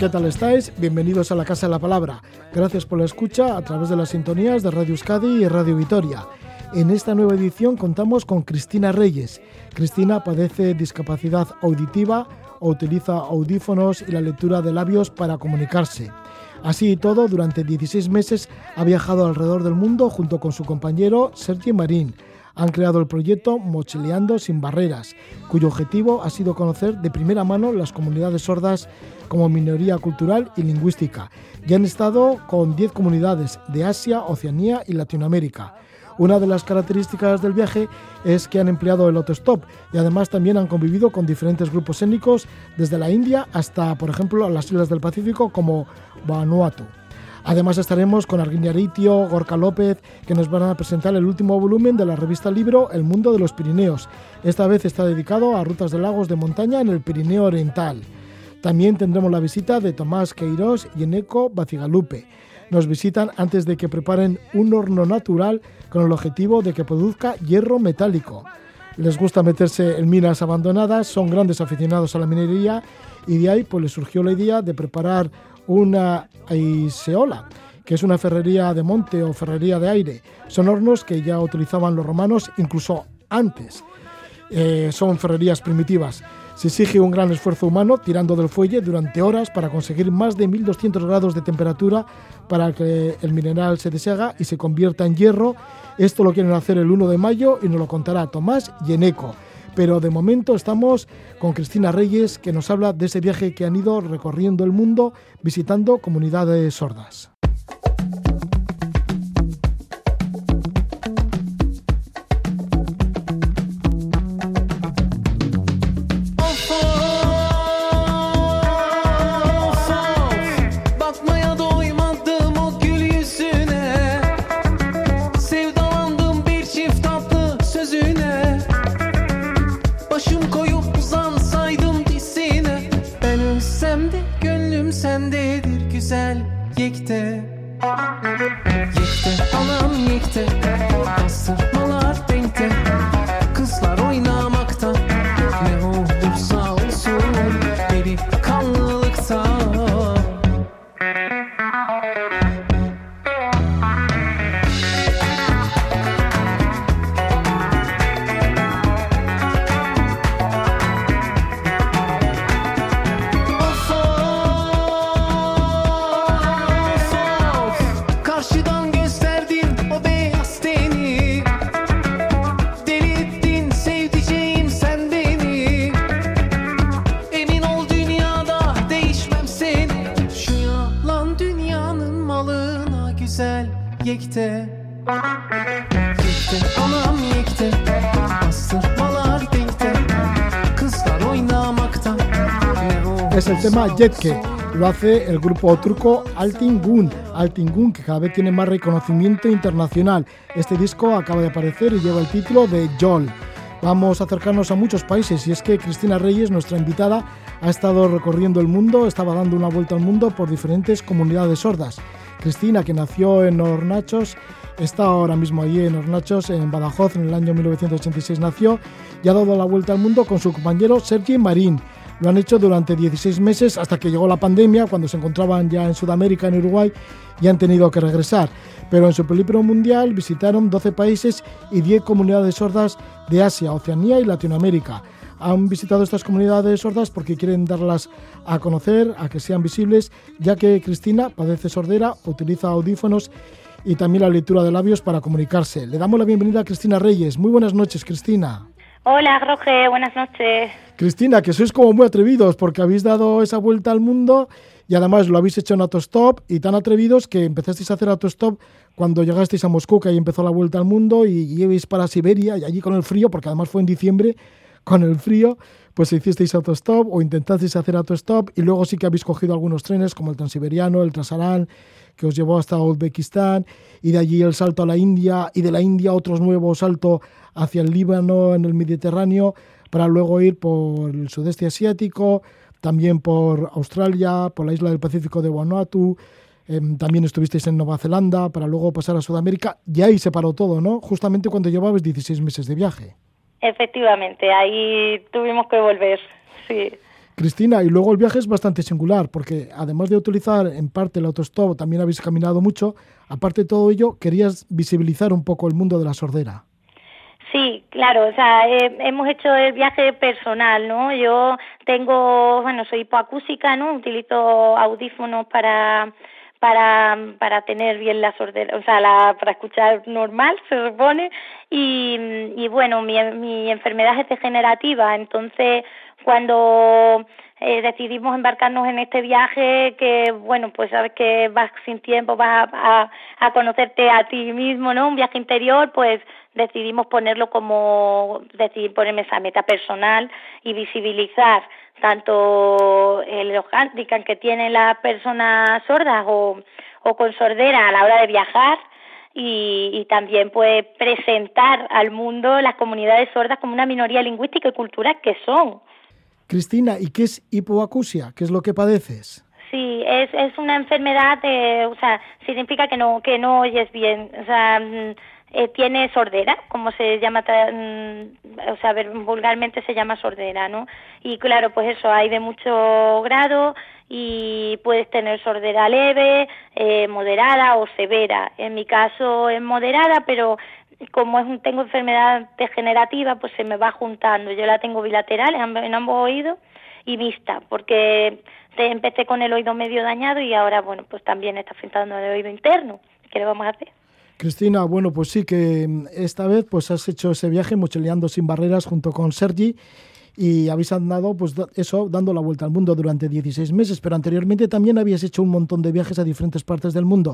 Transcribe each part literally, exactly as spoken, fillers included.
¿Qué tal estáis? Bienvenidos a la Casa de la Palabra. Gracias por la escucha a través de las sintonías de Radio Euskadi y Radio Vitoria. En esta nueva edición contamos con Cristina Reyes. Cristina padece discapacidad auditiva o utiliza audífonos y la lectura de labios para comunicarse. Así y todo, durante dieciséis meses ha viajado alrededor del mundo junto con su compañero Sergi Marín. Han creado el proyecto Mochileando sin Barreras, cuyo objetivo ha sido conocer de primera mano las comunidades sordas como minoría cultural y lingüística. Ya han estado con diez comunidades de Asia, Oceanía y Latinoamérica. Una de las características del viaje es que han empleado el autostop y además también han convivido con diferentes grupos étnicos desde la India hasta, por ejemplo, las islas del Pacífico como Vanuatu. Además estaremos con Arguiña Aritio, Gorka López, que nos van a presentar el último volumen de la revista libro El Mundo de los Pirineos. Esta vez está dedicado a rutas de lagos de montaña en el Pirineo Oriental. También tendremos la visita de Tomás Queirós y Eneco Bacigalupe. Nos visitan antes de que preparen un horno natural con el objetivo de que produzca hierro metálico. Les gusta meterse en minas abandonadas, son grandes aficionados a la minería y de ahí pues les surgió la idea de preparar una aiseola, que es una ferrería de monte o ferrería de aire. Son hornos que ya utilizaban los romanos incluso antes. Eh, son ferrerías primitivas. Se exige un gran esfuerzo humano tirando del fuelle durante horas para conseguir más de mil doscientos grados de temperatura para que el mineral se deshaga y se convierta en hierro. Esto lo quieren hacer el primero de mayo y nos lo contará Tomás y Eneco. Pero de momento estamos con Cristina Reyes, que nos habla de ese viaje que han ido recorriendo el mundo visitando comunidades sordas. Yekte, yekte, anam yekte, bastırmalar denkte, kızlar oynamakta, ne olursa olsun, deli kanlılıkta. Yekte, yekte, anam yekte, bastırmalar denkte, kızlar oynamakta. Es el tema Yetke. Lo hace el grupo turco Altingun, Altingun, que cada vez tiene más reconocimiento internacional. Este disco acaba de aparecer y lleva el título de Yol. Vamos a acercarnos a muchos países y es que Cristina Reyes, nuestra invitada, ha estado recorriendo el mundo, estaba dando una vuelta al mundo por diferentes comunidades sordas. Cristina, que nació en Hornachos, está ahora mismo allí en Hornachos, en Badajoz, en el año mil novecientos ochenta y seis nació y ha dado la vuelta al mundo con su compañero Sergi Marín. Lo han hecho durante dieciséis meses hasta que llegó la pandemia, cuando se encontraban ya en Sudamérica, en Uruguay, y han tenido que regresar. Pero en su periplo mundial visitaron doce países y diez comunidades sordas de Asia, Oceanía y Latinoamérica. Han visitado estas comunidades sordas porque quieren darlas a conocer, a que sean visibles, ya que Cristina padece sordera, utiliza audífonos y también la lectura de labios para comunicarse. Le damos la bienvenida a Cristina Reyes. Muy buenas noches, Cristina. Hola, Roge, buenas noches. Cristina, que sois como muy atrevidos porque habéis dado esa vuelta al mundo y además lo habéis hecho en autostop y tan atrevidos que empezasteis a hacer autostop cuando llegasteis a Moscú, que ahí empezó la vuelta al mundo, y ibais para Siberia y allí con el frío, porque además fue en diciembre, con el frío, pues hicisteis autostop o intentasteis hacer autostop y luego sí que habéis cogido algunos trenes como el Transiberiano, el Transaran, que os llevó hasta Uzbekistán y de allí el salto a la India y de la India otro nuevo salto hacia el Líbano en el Mediterráneo para luego ir por el sudeste asiático, también por Australia, por la isla del Pacífico de Vanuatu, eh, también estuvisteis en Nueva Zelanda para luego pasar a Sudamérica y ahí se paró todo, ¿no? Justamente cuando llevabais dieciséis meses de viaje. Efectivamente, ahí tuvimos que volver, sí. Cristina, y luego el viaje es bastante singular, porque además de utilizar en parte el autostop, también habéis caminado mucho. Aparte de todo ello, querías visibilizar un poco el mundo de la sordera. Sí, claro, o sea, eh, hemos hecho el viaje personal, ¿no? Yo tengo, bueno, soy hipoacúsica, ¿no? Utilizo audífonos para para para tener bien la sordera, o sea, la, para escuchar normal, se supone, y, y bueno, mi, mi enfermedad es degenerativa, entonces cuando eh, decidimos embarcarnos en este viaje, que bueno, pues sabes que vas sin tiempo, vas a, a, a conocerte a ti mismo, ¿no? Un viaje interior, pues decidimos ponerlo como, decidir ponerme esa meta personal y visibilizar tanto el, los handicaps que tienen las personas sordas o, o con sordera a la hora de viajar y, y también pues presentar al mundo las comunidades sordas como una minoría lingüística y cultural que son. Cristina, ¿y qué es hipoacusia? ¿Qué es lo que padeces? Sí, es es una enfermedad, de, o sea, significa que no que no oyes bien, o sea, eh, tiene sordera, como se llama, o sea, vulgarmente se llama sordera, ¿no? Y claro, pues eso, hay de mucho grado y puedes tener sordera leve, eh, moderada o severa. En mi caso es moderada, pero como es un, tengo enfermedad degenerativa, pues se me va juntando. Yo la tengo bilateral en, en ambos oídos y mixta, porque te empecé con el oído medio dañado y ahora, bueno, pues también está afectando el oído interno. ¿Qué le vamos a hacer? Cristina, bueno, pues sí que esta vez pues has hecho ese viaje mochileando sin barreras junto con Sergi y habéis andado, pues eso, dando la vuelta al mundo durante dieciséis meses, pero anteriormente también habías hecho un montón de viajes a diferentes partes del mundo.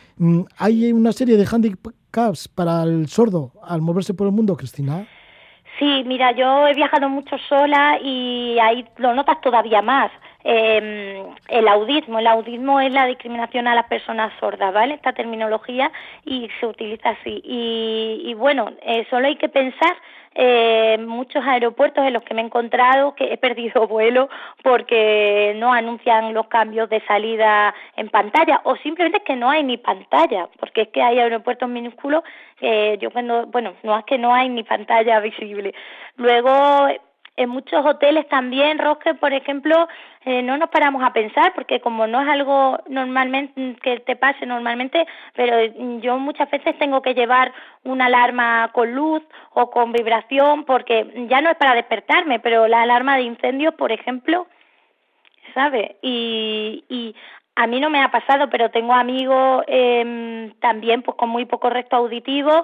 ¿Hay una serie de handicaps para el sordo al moverse por el mundo, Cristina? Sí, mira, yo he viajado mucho sola y ahí lo notas todavía más. Eh, el audismo, el audismo es la discriminación a las personas sordas, ¿vale? Esta terminología y se utiliza así. Y, y bueno, eh, solo hay que pensar eh, muchos aeropuertos en los que me he encontrado que he perdido vuelo porque no anuncian los cambios de salida en pantalla o simplemente que no hay ni pantalla, porque es que hay aeropuertos minúsculos, eh, yo cuando, bueno, no es que no hay ni pantalla visible. Luego, en muchos hoteles también, Roque, por ejemplo, eh, no nos paramos a pensar porque como no es algo normalmente que te pase normalmente, pero yo muchas veces tengo que llevar una alarma con luz o con vibración porque ya no es para despertarme, pero la alarma de incendios, por ejemplo, ¿sabe? Y, y a mí no me ha pasado, pero tengo amigos eh, también pues con muy poco recto auditivo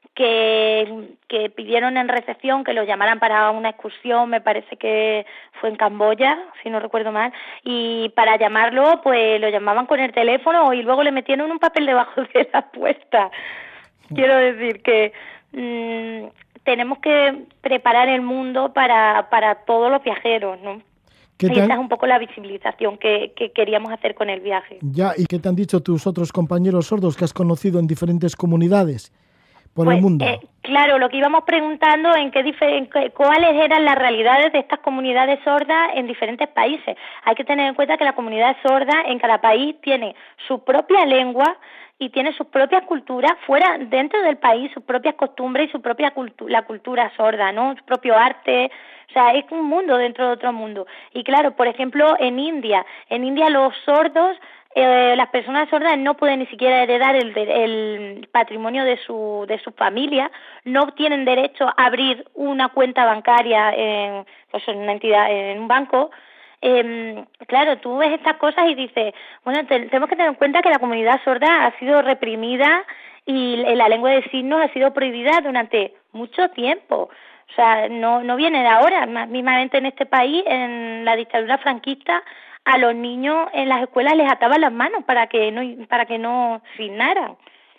que, que pidieron en recepción que los llamaran para una excursión, me parece que fue en Camboya, si no recuerdo mal, y para llamarlo, pues lo llamaban con el teléfono y luego le metieron un papel debajo de la puerta. Quiero decir que mmm, tenemos que preparar el mundo para, para todos los viajeros, ¿no? Y esta es un poco la visibilización que, que queríamos hacer con el viaje. Ya, ¿y qué te han dicho tus otros compañeros sordos que has conocido en diferentes comunidades por pues, el mundo? Eh, claro, lo que íbamos preguntando en qué en qué, cuáles eran las realidades de estas comunidades sordas en diferentes países. Hay que tener en cuenta que la comunidad sorda en cada país tiene su propia lengua y tiene sus propias culturas fuera, dentro del país, sus propias costumbres y su propia cultura, la cultura sorda, ¿no? Su propio arte. O sea, es un mundo dentro de otro mundo. Y claro, por ejemplo, en India, en India los sordos, eh, las personas sordas no pueden ni siquiera heredar el, el patrimonio de su de su familia, no tienen derecho a abrir una cuenta bancaria en, pues en una entidad, en un banco. Eh, claro, tú ves estas cosas y dices, bueno, te, tenemos que tener en cuenta que la comunidad sorda ha sido reprimida y la lengua de signos ha sido prohibida durante mucho tiempo. O sea, no no viene de ahora. Mismamente en este país, en la dictadura franquista, a los niños en las escuelas les ataban las manos para que no para que no signaran.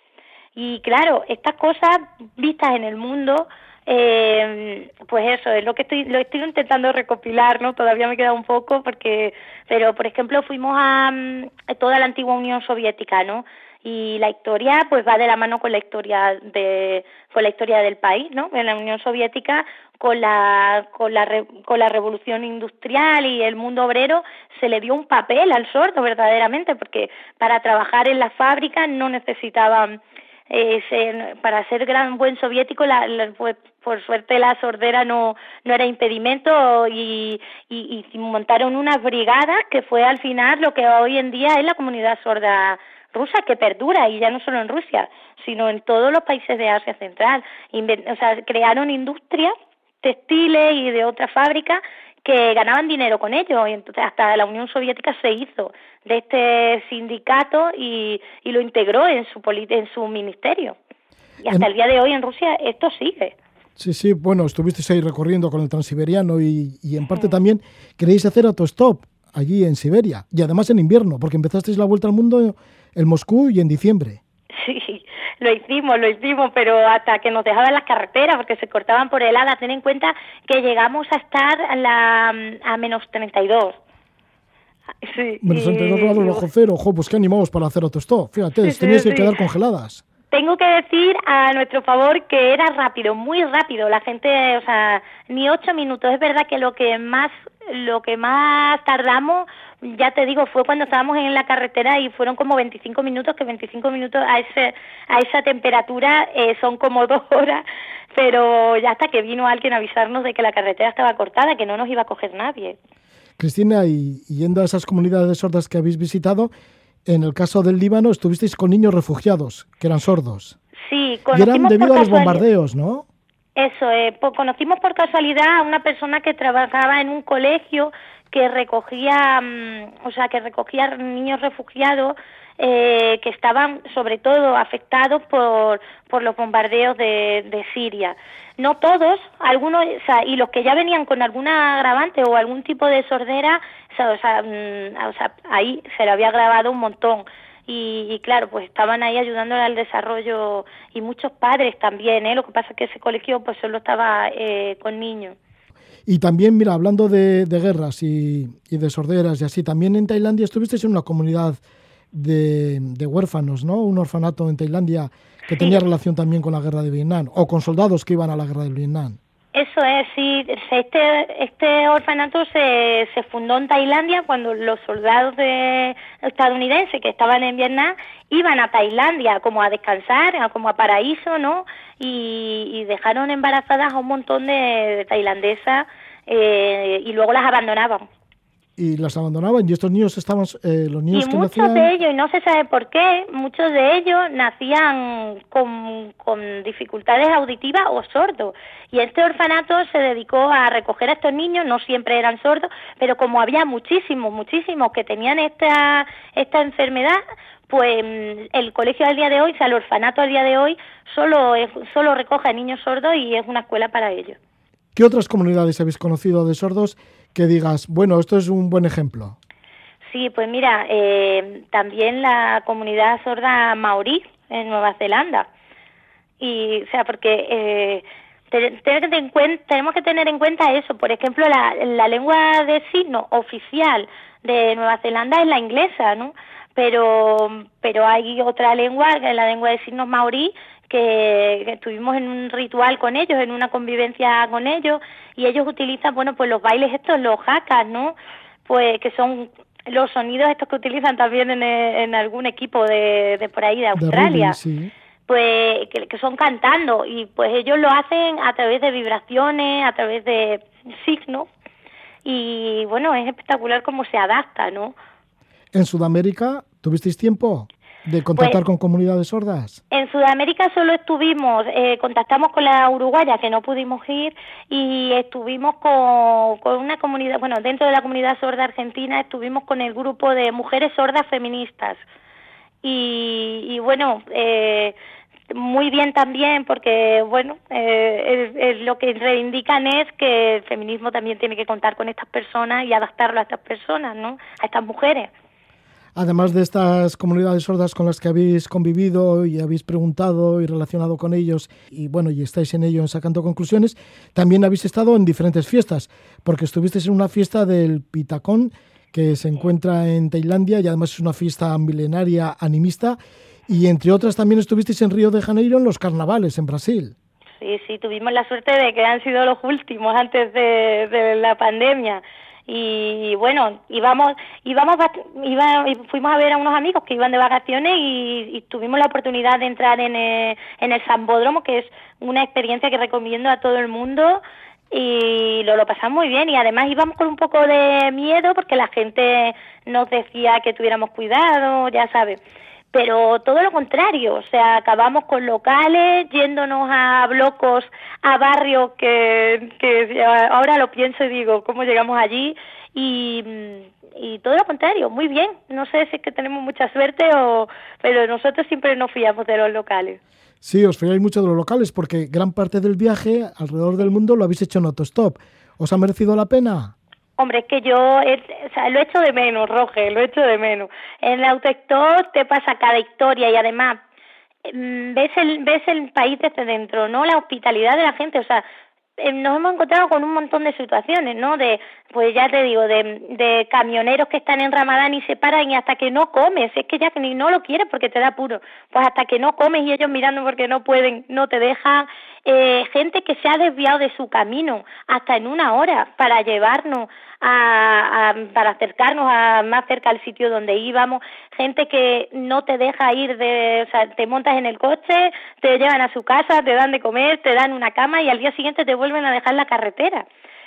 Y claro, estas cosas vistas en el mundo, eh, pues eso es lo que estoy lo estoy intentando recopilar, ¿no? Todavía me queda un poco porque, pero por ejemplo fuimos a, a toda la antigua Unión Soviética, ¿no? Y la historia pues va de la mano con la historia de con la historia del país, ¿no? En la Unión Soviética con la con la re, con la revolución industrial y el mundo obrero se le dio un papel al sordo verdaderamente, porque para trabajar en las fábricas no necesitaban eh, se, para ser gran buen soviético, la, la, pues, por suerte la sordera no no era impedimento y, y, y montaron unas brigadas que fue al final lo que hoy en día es la comunidad sorda rusa, que perdura, y ya no solo en Rusia, sino en todos los países de Asia Central. Inven- o sea, crearon industrias textiles y de otras fábricas que ganaban dinero con ello, y entonces hasta la Unión Soviética se hizo de este sindicato y, y lo integró en su polit- en su ministerio. Y hasta en... el día de hoy en Rusia esto sigue. Sí, sí, bueno, estuvisteis ahí recorriendo con el Transiberiano y, y en parte también queréis hacer autostop allí en Siberia, y además en invierno, porque empezasteis la vuelta al mundo en Moscú y en diciembre. Sí, lo hicimos, lo hicimos, pero hasta que nos dejaban las carreteras, porque se cortaban por heladas. Ten en cuenta que llegamos a estar a, la, a menos treinta y dos. Sí, menos treinta y dos grados y... bajo cero. Ojo, pues qué animados para hacer autostop. Fíjate, sí, teníais sí, que sí. quedar congeladas. Tengo que decir a nuestro favor que era rápido, muy rápido. La gente, o sea, ni ocho minutos. Es verdad que lo que más, lo que más tardamos, ya te digo, fue cuando estábamos en la carretera y fueron como veinticinco minutos, que veinticinco minutos a ese, a esa temperatura eh, son como dos horas, pero ya hasta que vino alguien a avisarnos de que la carretera estaba cortada, que no nos iba a coger nadie. Cristina, y yendo a esas comunidades sordas que habéis visitado, en el caso del Líbano estuvisteis con niños refugiados, que eran sordos. Sí, y eran debido a los bombardeos, ¿no? Eso, eh, po- conocimos por casualidad a una persona que trabajaba en un colegio que recogía, um, o sea, que recogía niños refugiados eh, que estaban sobre todo afectados por por los bombardeos de, de Siria. No todos, algunos, o sea, y los que ya venían con alguna agravante o algún tipo de sordera, o sea, o sea, um, o sea ahí se le había agravado un montón. Y, y claro, pues estaban ahí ayudándole al desarrollo, y muchos padres también, ¿eh? Lo que pasa es que ese colegio pues solo estaba eh, con niños. Y también, mira, hablando de, de guerras y, y de sorderas y así, también en Tailandia estuvisteis en una comunidad de, de huérfanos, ¿no? Un orfanato en Tailandia que sí. tenía relación también con la guerra de Vietnam, o con soldados que iban a la guerra de Vietnam. Eso es, sí. Este, este orfanato se, se fundó en Tailandia cuando los soldados de, estadounidenses que estaban en Vietnam iban a Tailandia como a descansar, como a paraíso, ¿no? Y, y dejaron embarazadas a un montón de, de tailandesas eh, y luego las abandonaban. Y las abandonaban, y estos niños estaban, eh, los niños y que muchos nacían... de ellos, y no se sabe por qué, muchos de ellos nacían con, con dificultades auditivas o sordos, y este orfanato se dedicó a recoger a estos niños, no siempre eran sordos, pero como había muchísimos, muchísimos que tenían esta, esta enfermedad, pues el colegio al día de hoy, o sea, el orfanato al día de hoy, solo, es, solo recoge a niños sordos y es una escuela para ellos. ¿Qué otras comunidades habéis conocido de sordos que digas, bueno, esto es un buen ejemplo? Sí, pues mira, eh, también la comunidad sorda maorí en Nueva Zelanda. Y, o sea, porque eh, te, te, te en cuenta, tenemos que tener en cuenta eso. Por ejemplo, la, la lengua de signos oficial de Nueva Zelanda es la inglesa, ¿no? Pero, pero hay otra lengua, que es la lengua de signos maorí, que, que estuvimos en un ritual con ellos, en una convivencia con ellos, y ellos utilizan, bueno, pues los bailes estos, los hakas, ¿no? Pues que son los sonidos estos que utilizan también en, en algún equipo de, de por ahí, de Australia. De rugby, sí. Pues que, que son cantando, y pues ellos lo hacen a través de vibraciones, a través de signos, y bueno, es espectacular cómo se adapta, ¿no? ¿En Sudamérica tuvisteis tiempo de contactar pues, con comunidades sordas? En Sudamérica solo estuvimos, eh, contactamos con la uruguaya, que no pudimos ir, y estuvimos con, con una comunidad, bueno, dentro de la comunidad sorda argentina estuvimos con el grupo de mujeres sordas feministas. Y, y bueno, eh, muy bien también, porque bueno, eh, es, es lo que reivindican es que el feminismo también tiene que contar con estas personas y adaptarlo a estas personas, ¿no? A estas mujeres. Además de estas comunidades sordas con las que habéis convivido y habéis preguntado y relacionado con ellos, y bueno, y estáis en ello en sacando conclusiones, también habéis estado en diferentes fiestas, porque estuvisteis en una fiesta del Pitacón, que se encuentra en Tailandia, y además es una fiesta milenaria animista, y entre otras también estuvisteis en Río de Janeiro en los carnavales en Brasil. Sí, sí, tuvimos la suerte de que han sido los últimos antes de, de la pandemia. y bueno, íbamos, íbamos, iba, fuimos a ver a unos amigos que iban de vacaciones y, y tuvimos la oportunidad de entrar en el, en el Sambódromo, que es una experiencia que recomiendo a todo el mundo, y lo, lo pasamos muy bien, y además íbamos con un poco de miedo porque la gente nos decía que tuviéramos cuidado, ya sabes, pero todo lo contrario, o sea, acabamos con locales, yéndonos a blocos, a barrios que, que ahora lo pienso y digo, ¿cómo llegamos allí? Y, y todo lo contrario, muy bien, no sé si es que tenemos mucha suerte o, pero nosotros siempre nos fiamos de los locales. Sí, os fiáis mucho de los locales porque gran parte del viaje alrededor del mundo lo habéis hecho en autostop. ¿Os ha merecido la pena? Hombre, es que yo es, o sea, lo echo de menos, Roger, lo echo de menos. En el autostop te pasa cada historia y además ves el ves el país desde dentro, ¿no? La hospitalidad de la gente, o sea, nos hemos encontrado con un montón de situaciones, ¿no? De, pues ya te digo, de, de camioneros que están en Ramadán y se paran y hasta que no comes, es que ya que ni no lo quieres porque te da apuro, pues hasta que no comes y ellos mirando porque no pueden, no te dejan, eh, gente que se ha desviado de su camino hasta en una hora para llevarnos a, a para acercarnos a más cerca al sitio donde íbamos, gente que no te deja ir de, o sea, te montas en el coche, te llevan a su casa, te dan de comer, te dan una cama y al día siguiente te vuelven a dejar la carretera.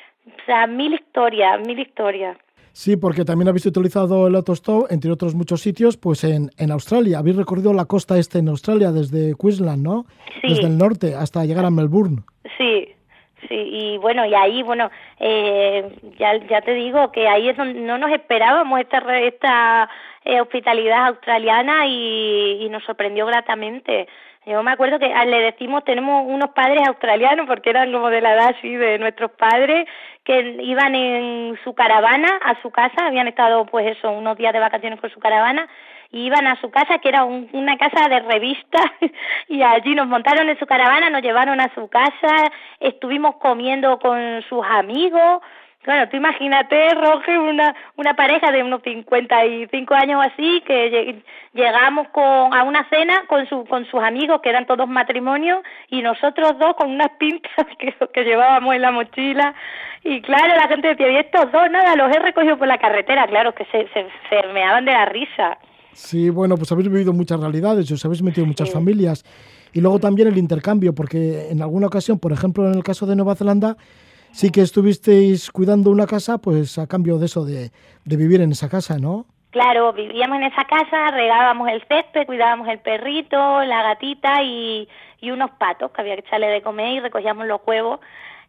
O sea, mil historias, mil historias. Sí, porque también habéis utilizado el autostop, entre otros muchos sitios, pues en, en Australia. Habéis recorrido la costa este en Australia, desde Queensland, ¿no? Sí. Desde el norte hasta llegar a Melbourne. Sí, sí, y bueno, y ahí, bueno, eh, ya ya te digo que ahí es donde no nos esperábamos esta esta eh, hospitalidad australiana y, y nos sorprendió gratamente. Yo me acuerdo que le decimos, tenemos unos padres australianos, porque eran como de la edad así de nuestros padres, que iban en su caravana a su casa, habían estado pues eso, unos días de vacaciones con su caravana, y iban a su casa, que era un, una casa de revistas, y allí nos montaron en su caravana, nos llevaron a su casa, estuvimos comiendo con sus amigos. Bueno, tú imagínate, Roger, una una pareja de unos cincuenta y cinco años así, que llegamos con a una cena con su con sus amigos, que eran todos matrimonios, y nosotros dos con unas pintas que, que llevábamos en la mochila, y claro, la gente decía, y estos dos, nada, los he recogido por la carretera, claro, que se, se, se meaban de la risa. Sí, bueno, pues habéis vivido muchas realidades, os habéis metido en muchas sí. familias, y luego también el intercambio, porque en alguna ocasión, por ejemplo, en el caso de Nueva Zelanda, sí que estuvisteis cuidando una casa, pues a cambio de eso, de, de vivir en esa casa, ¿no? Claro, vivíamos en esa casa, regábamos el césped, cuidábamos el perrito, la gatita y, y unos patos que había que echarle de comer y recogíamos los huevos.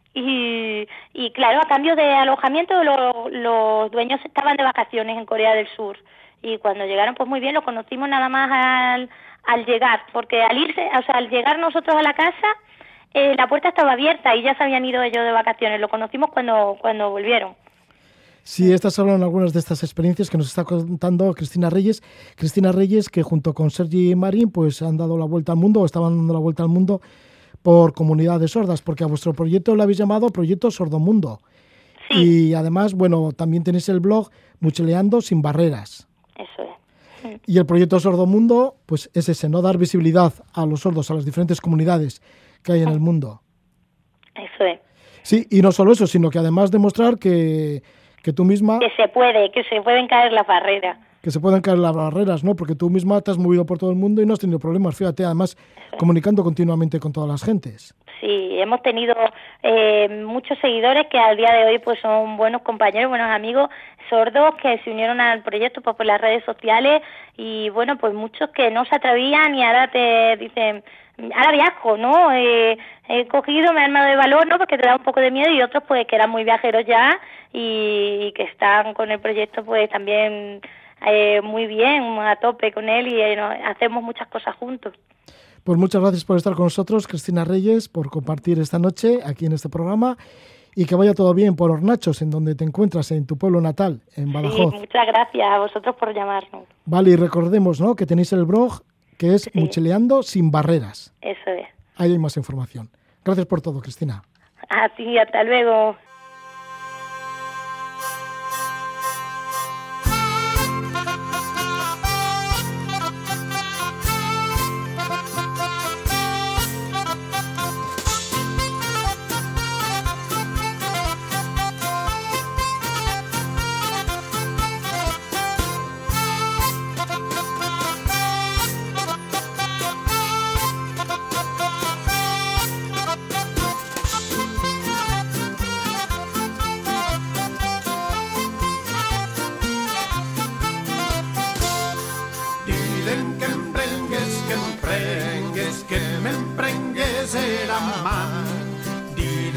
Y, y claro, a cambio de alojamiento, los, los dueños estaban de vacaciones en Corea del Sur. Y cuando llegaron, pues muy bien, los conocimos nada más al, al llegar, porque al irse, o sea, al llegar nosotros a la casa, Eh, la puerta estaba abierta y ya se habían ido ellos de vacaciones. Lo conocimos cuando cuando volvieron. Sí, estas son algunas de estas experiencias que nos está contando Cristina Reyes. Cristina Reyes, que junto con Sergi Marín, pues han dado la vuelta al mundo, o estaban dando la vuelta al mundo por comunidades sordas, porque a vuestro proyecto lo habéis llamado Proyecto Sordomundo. Sí. Y además, bueno, también tenéis el blog Mochileando sin barreras. Eso es. Y el Proyecto Sordomundo, pues es ese, ¿no? Dar visibilidad a los sordos, a las diferentes comunidades que hay en el mundo. Eso es. Sí, y no solo eso, sino que además demostrar que, que tú misma... Que se puede, que se pueden caer las barreras. Que se pueden caer las barreras, ¿no? Porque tú misma te has movido por todo el mundo y no has tenido problemas, fíjate, además comunicando continuamente con todas las gentes. Sí, hemos tenido eh, muchos seguidores que al día de hoy pues son buenos compañeros, buenos amigos sordos que se unieron al proyecto pues, por las redes sociales y bueno, pues muchos que no se atrevían y ahora te dicen, ahora viajo, ¿no? Eh, he cogido, me he armado de valor, ¿no? Porque te da un poco de miedo y otros pues que eran muy viajeros ya y, y que están con el proyecto pues también eh, muy bien, a tope con él y eh, no, hacemos muchas cosas juntos. Pues muchas gracias por estar con nosotros, Cristina Reyes, por compartir esta noche aquí en este programa y que vaya todo bien por Hornachos, en donde te encuentras, en tu pueblo natal, en Badajoz. Sí, muchas gracias a vosotros por llamarnos. Vale, y recordemos, ¿no?, que tenéis el blog que es Sí. Mochileando sin barreras. Eso es. Ahí hay más información. Gracias por todo, Cristina. A ti, hasta luego.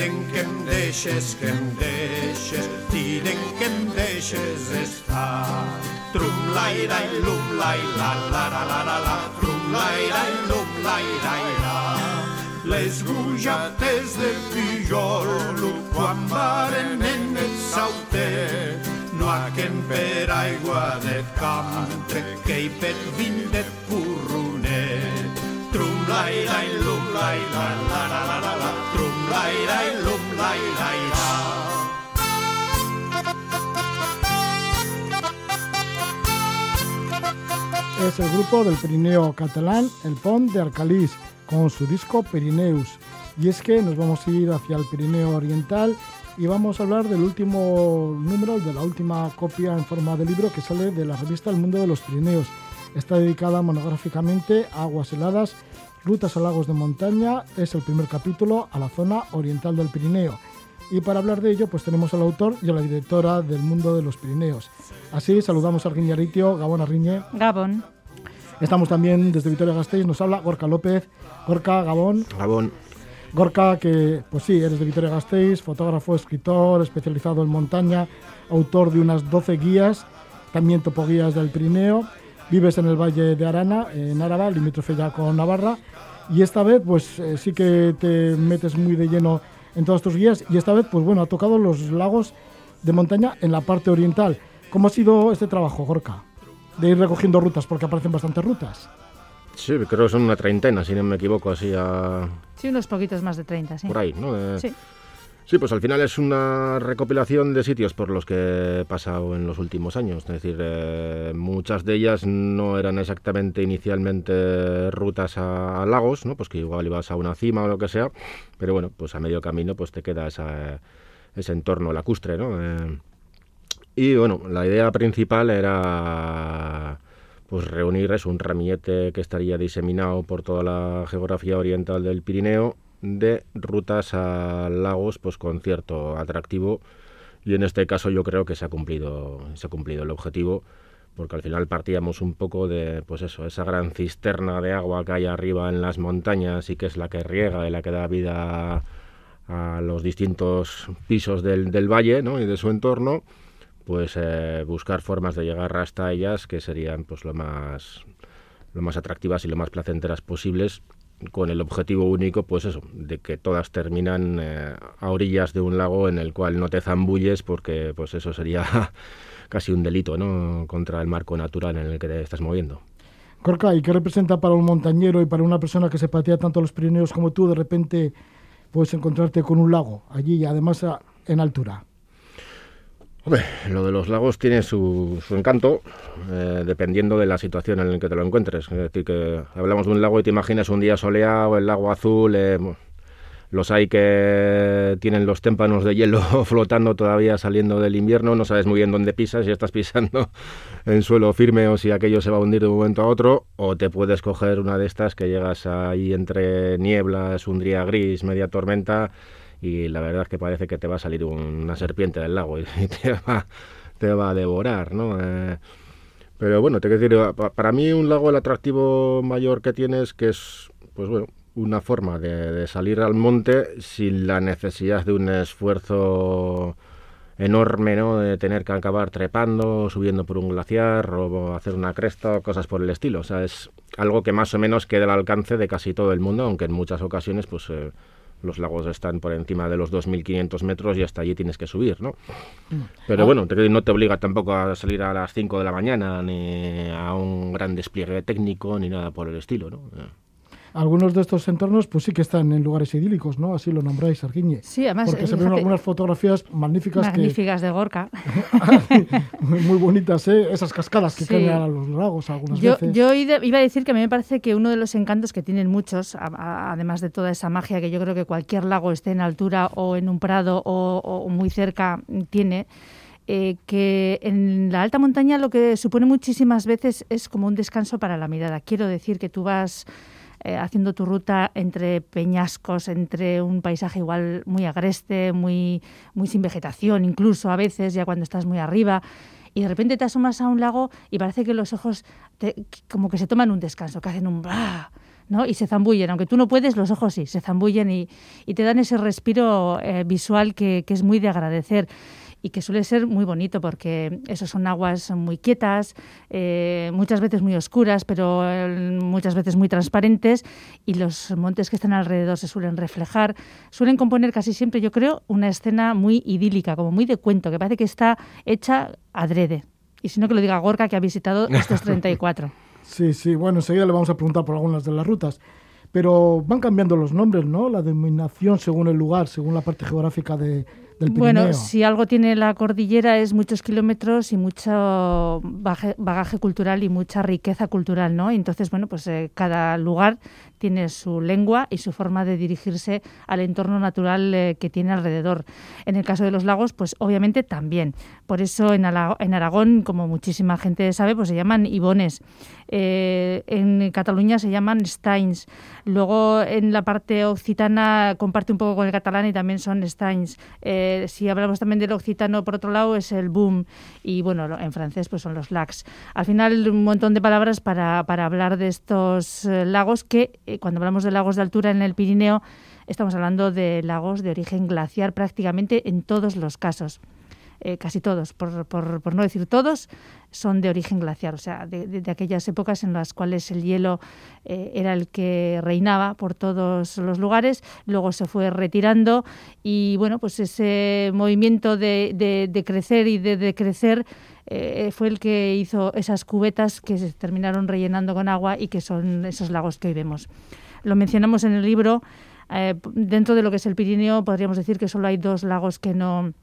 Tiren que em deixes, que em deixes, tiren que em deixes estar. Trum lai lai lum lai la la la la la la, trum lai lai lum lai lai la. Les gujates de Pijolo quan varen en el sauter, no aquen per aigua de camp que hi per vin de purronet. Trum lai lai lum lai la la la la la la, trum lai lai lum lai lai la. Es el grupo del Pirineo catalán, el Pont de Arcalís, con su disco Pirineus. Y es que nos vamos a ir hacia el Pirineo Oriental y vamos a hablar del último número, de la última copia en forma de libro que sale de la revista El Mundo de los Pirineos. Está dedicada monográficamente a aguas heladas, rutas a lagos de montaña. Es el primer capítulo a la zona oriental del Pirineo. Y para hablar de ello, pues tenemos al autor y a la directora del Mundo de los Pirineos. Así, saludamos a Arriñe Aritio. Gabón, Arriñe. Gabón. Estamos también desde Vitoria-Gasteiz, nos habla Gorka López. Gorka, Gabón. Gabón. Gorka, que pues sí, eres de Vitoria-Gasteiz, fotógrafo, escritor, especializado en montaña, autor de unas doce guías, también topoguías del Pirineo. Vives en el Valle de Arana, en Áraba, limítrofe ya con Navarra. Y esta vez, pues eh, sí que te metes muy de lleno en todas tus guías. Y esta vez, pues bueno, ha tocado los lagos de montaña en la parte oriental. ¿Cómo ha sido este trabajo, Gorka? De ir recogiendo rutas, porque aparecen bastantes rutas. Sí, creo que son una treintena, si no me equivoco, así a... Sí, unos poquitos más de treinta, sí. Por ahí, ¿no? Eh, sí. Sí, pues al final es una recopilación de sitios por los que he pasado en los últimos años. Es decir, eh, muchas de ellas no eran exactamente inicialmente rutas a, a lagos, ¿no? Pues que igual ibas a una cima o lo que sea, pero bueno, pues a medio camino pues te queda esa, ese entorno lacustre, ¿no? Eh, y bueno, la idea principal era pues reunir eso, un ramillete que estaría diseminado por toda la geografía oriental del Pirineo, de rutas a lagos pues con cierto atractivo, y en este caso yo creo que se ha cumplido se ha cumplido el objetivo, porque al final partíamos un poco de pues eso, esa gran cisterna de agua que hay arriba en las montañas y que es la que riega y la que da vida a los distintos pisos del, del valle, ¿no? Y de su entorno, pues eh, buscar formas de llegar hasta ellas que serían pues lo más lo más atractivas y lo más placenteras posibles, con el objetivo único, pues eso, de que todas terminan eh, a orillas de un lago en el cual no te zambulles, porque pues eso sería casi un delito, ¿no?, contra el marco natural en el que te estás moviendo. Gorka, ¿y qué representa para un montañero y para una persona que se patea tanto los Pirineos como tú, de repente puedes encontrarte con un lago allí y además a, en altura? Hombre, lo de los lagos tiene su, su encanto, eh, dependiendo de la situación en la que te lo encuentres. Es decir, que hablamos de un lago y te imaginas un día soleado, el lago azul, eh, los hay que tienen los témpanos de hielo flotando todavía saliendo del invierno, no sabes muy bien dónde pisas, si estás pisando en suelo firme o si aquello se va a hundir de un momento a otro, o te puedes coger una de estas que llegas ahí entre nieblas, un día gris, media tormenta, y la verdad es que parece que te va a salir una serpiente del lago y te va, te va a devorar, ¿no? Eh, pero bueno, te quiero decir, para mí un lago, el atractivo mayor que tiene es que es, pues bueno, una forma de, de salir al monte sin la necesidad de un esfuerzo enorme, ¿no?, de tener que acabar trepando, subiendo por un glaciar o hacer una cresta o cosas por el estilo. O sea, es algo que más o menos queda al alcance de casi todo el mundo, aunque en muchas ocasiones pues eh, los lagos están por encima de los dos mil quinientos metros y hasta allí tienes que subir, ¿no? Pero bueno, te, no te obliga tampoco a salir a las cinco de la mañana, ni a un gran despliegue técnico, ni nada por el estilo, ¿no? Algunos de estos entornos pues sí que están en lugares idílicos, ¿no? Así lo nombráis, Arguiñe. Sí, además... Porque se ven algunas fotografías magníficas. Magníficas que... de Gorka. Muy bonitas, ¿eh? Esas cascadas que sí. caen a los lagos algunas yo, veces. Yo iba a decir que a mí me parece que uno de los encantos que tienen muchos, a, a, además de toda esa magia que yo creo que cualquier lago, esté en altura o en un prado o, o muy cerca, tiene... Eh, que en la alta montaña lo que supone muchísimas veces es como un descanso para la mirada. Quiero decir que tú vas... Eh, haciendo tu ruta entre peñascos, entre un paisaje igual muy agreste, muy, muy sin vegetación, incluso a veces ya cuando estás muy arriba, y de repente te asomas a un lago y parece que los ojos te, como que se toman un descanso, que hacen un ¡bah! ¿no? Y se zambullen, aunque tú no puedes, los ojos sí, se zambullen y, y te dan ese respiro eh, visual que, que es muy de agradecer y que suele ser muy bonito porque eso son aguas muy quietas, eh, muchas veces muy oscuras, pero eh, muchas veces muy transparentes, y los montes que están alrededor se suelen reflejar, suelen componer casi siempre, yo creo, una escena muy idílica, como muy de cuento, que parece que está hecha adrede. Y si no, que lo diga Gorka, que ha visitado estos treinta y cuatro. Sí, sí, bueno, enseguida le vamos a preguntar por algunas de las rutas. Pero van cambiando los nombres, ¿no? La denominación según el lugar, según la parte geográfica de, del Pirineo. Bueno, si algo tiene la cordillera es muchos kilómetros y mucho bagaje, bagaje cultural y mucha riqueza cultural, ¿no? Y entonces, bueno, pues eh, cada lugar tiene su lengua y su forma de dirigirse al entorno natural eh, que tiene alrededor. En el caso de los lagos, pues obviamente también. Por eso en, Ala- en Aragón, como muchísima gente sabe, pues se llaman ibones. Eh, en Cataluña se llaman stains. Luego en la parte occitana comparte un poco con el catalán y también son stains. Eh, si hablamos también del occitano, por otro lado, es el boom. Y bueno, en francés pues son los lacs. Al final un montón de palabras para, para hablar de estos eh, lagos que eh, cuando hablamos de lagos de altura en el Pirineo estamos hablando de lagos de origen glaciar prácticamente en todos los casos. Eh, casi todos, por, por, por no decir todos, son de origen glaciar, o sea, de, de, de aquellas épocas en las cuales el hielo eh, era el que reinaba por todos los lugares, luego se fue retirando y bueno, pues ese movimiento de, de, de crecer y de decrecer eh, fue el que hizo esas cubetas que se terminaron rellenando con agua y que son esos lagos que hoy vemos. Lo mencionamos en el libro, eh, dentro de lo que es el Pirineo podríamos decir que solo hay dos lagos que no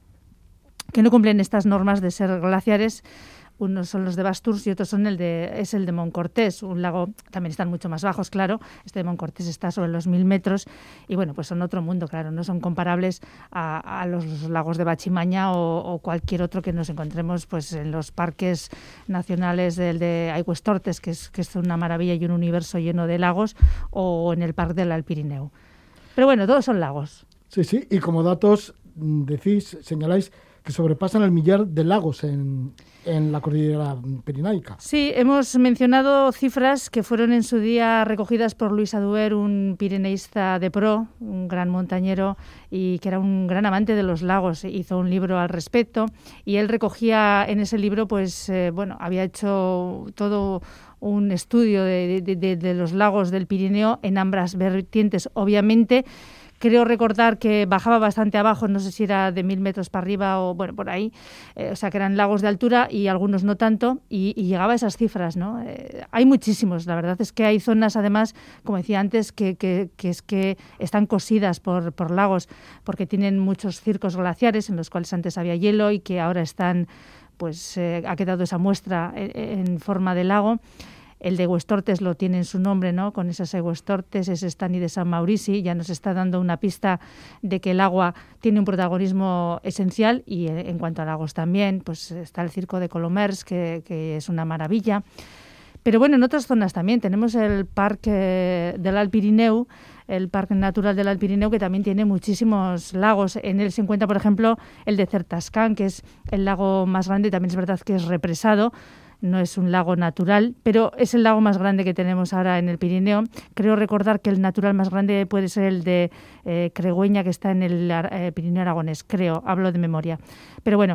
que no cumplen estas normas de ser glaciares. Unos son los de Basturs y otros son el de es el de Montcortés, un lago, también están mucho más bajos, claro. Este de Montcortés está sobre los mil metros y bueno, pues son otro mundo, claro, no son comparables a, a los lagos de Bachimaña o, o cualquier otro que nos encontremos pues en los parques nacionales del de Aigüestortes, que es, que es una maravilla y un universo lleno de lagos, o en el Parque del Alt Pirineu. Pero bueno, todos son lagos. Sí, sí, y como datos decís, señaláis que sobrepasan el millar de lagos en, en la cordillera pirenaica. Sí, hemos mencionado cifras que fueron en su día recogidas por Luis Aduer, un pireneísta de pro, un gran montañero y que era un gran amante de los lagos. Hizo un libro al respecto y él recogía en ese libro, pues, eh, bueno, había hecho todo un estudio de, de, de, de los lagos del Pirineo en ambas vertientes, obviamente. Creo recordar que bajaba bastante abajo, no sé si era de mil metros para arriba o bueno, por ahí, eh, o sea que eran lagos de altura y algunos no tanto, y, y llegaba a esas cifras, ¿no? Eh, hay muchísimos, la verdad es que hay zonas además, como decía antes, que, que, que es que están cosidas por, por lagos, porque tienen muchos circos glaciares en los cuales antes había hielo y que ahora están, pues eh, ha quedado esa muestra en, en forma de lago. El de Aigüestortes lo tiene en su nombre, ¿no? Con esas Aigüestortes, ese Estany de San Maurici, ya nos está dando una pista de que el agua tiene un protagonismo esencial y en cuanto a lagos también, pues está el Circo de Colomers, que, que es una maravilla. Pero bueno, en otras zonas también tenemos el Parque del Alt Pirineu, el Parque Natural del Alt Pirineu, que también tiene muchísimos lagos. En él se encuentra, por ejemplo, el de Certascán, que es el lago más grande, también es verdad que es represado. No es un lago natural, pero es el lago más grande que tenemos ahora en el Pirineo. Creo recordar que el natural más grande puede ser el de eh, Cregüeña, que está en el eh, Pirineo aragonés, creo, hablo de memoria. Pero bueno,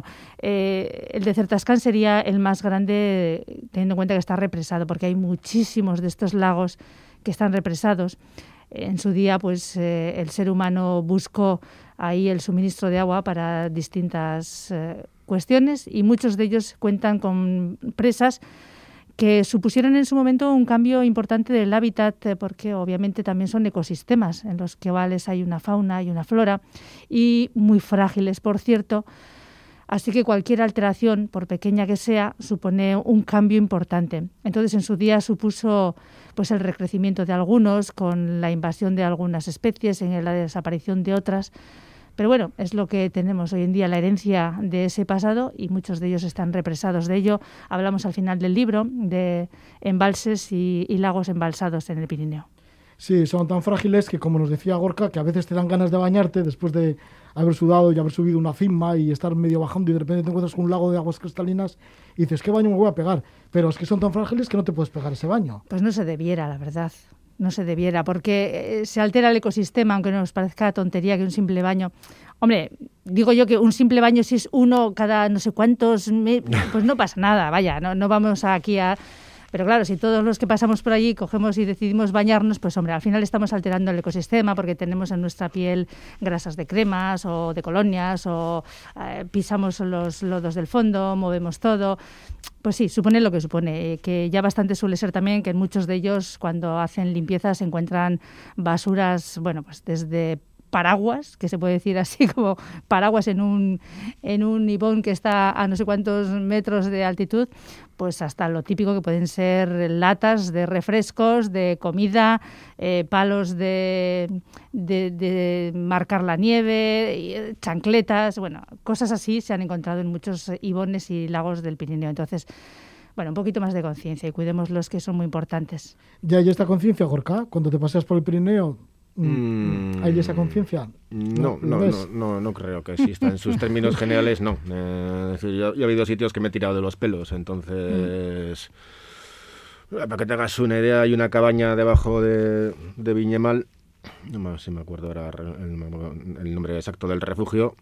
eh, el de Certascán sería el más grande, teniendo en cuenta que está represado, porque hay muchísimos de estos lagos que están represados. En su día, pues eh, el ser humano buscó ahí el suministro de agua para distintas eh, cuestiones y muchos de ellos cuentan con presas que supusieron en su momento un cambio importante del hábitat, eh, porque obviamente también son ecosistemas en los que vales hay una fauna y una flora y muy frágiles, por cierto. Así que cualquier alteración, por pequeña que sea, supone un cambio importante. Entonces, en su día supuso pues el recrecimiento de algunos, con la invasión de algunas especies, en la desaparición de otras. Pero bueno, es lo que tenemos hoy en día, la herencia de ese pasado, y muchos de ellos están represados. De ello hablamos al final del libro, de embalses y, y lagos embalsados en el Pirineo. Sí, son tan frágiles que, como nos decía Gorka, que a veces te dan ganas de bañarte después de haber sudado y haber subido una cima y estar medio bajando y de repente te encuentras con un lago de aguas cristalinas y dices, ¿qué baño me voy a pegar? Pero es que son tan frágiles que no te puedes pegar ese baño. Pues no se debiera, la verdad. no se debiera, porque se altera el ecosistema, aunque nos parezca tontería que un simple baño. Hombre, digo yo que un simple baño, si es uno cada no sé cuántos, me... pues no pasa nada, vaya, no, no vamos aquí a... Pero claro, si todos los que pasamos por allí cogemos y decidimos bañarnos, pues hombre, al final estamos alterando el ecosistema porque tenemos en nuestra piel grasas de cremas o de colonias o eh, pisamos los lodos del fondo, movemos todo. Pues sí, supone lo que supone, eh, que ya bastante suele ser también que en muchos de ellos cuando hacen limpieza se encuentran basuras, bueno, pues desde paraguas, que se puede decir así como paraguas en un en un ibón que está a no sé cuántos metros de altitud, pues hasta lo típico que pueden ser latas de refrescos, de comida, eh, palos de, de, de marcar la nieve, chancletas, bueno, cosas así se han encontrado en muchos ibones y lagos del Pirineo. Entonces, bueno, un poquito más de conciencia y cuidemos los que son muy importantes. ¿Ya hay esta conciencia, Gorka? Cuando te paseas por el Pirineo, Mm, ¿hay esa conciencia? No, no, no, no, no, no creo que exista. En sus términos generales, no. Eh, es decir, yo, yo he habido sitios que me he tirado de los pelos, entonces... Mm. Para que te hagas una idea, hay una cabaña debajo de, de Viñemal, no sé si me acuerdo ahora el, el nombre exacto del refugio,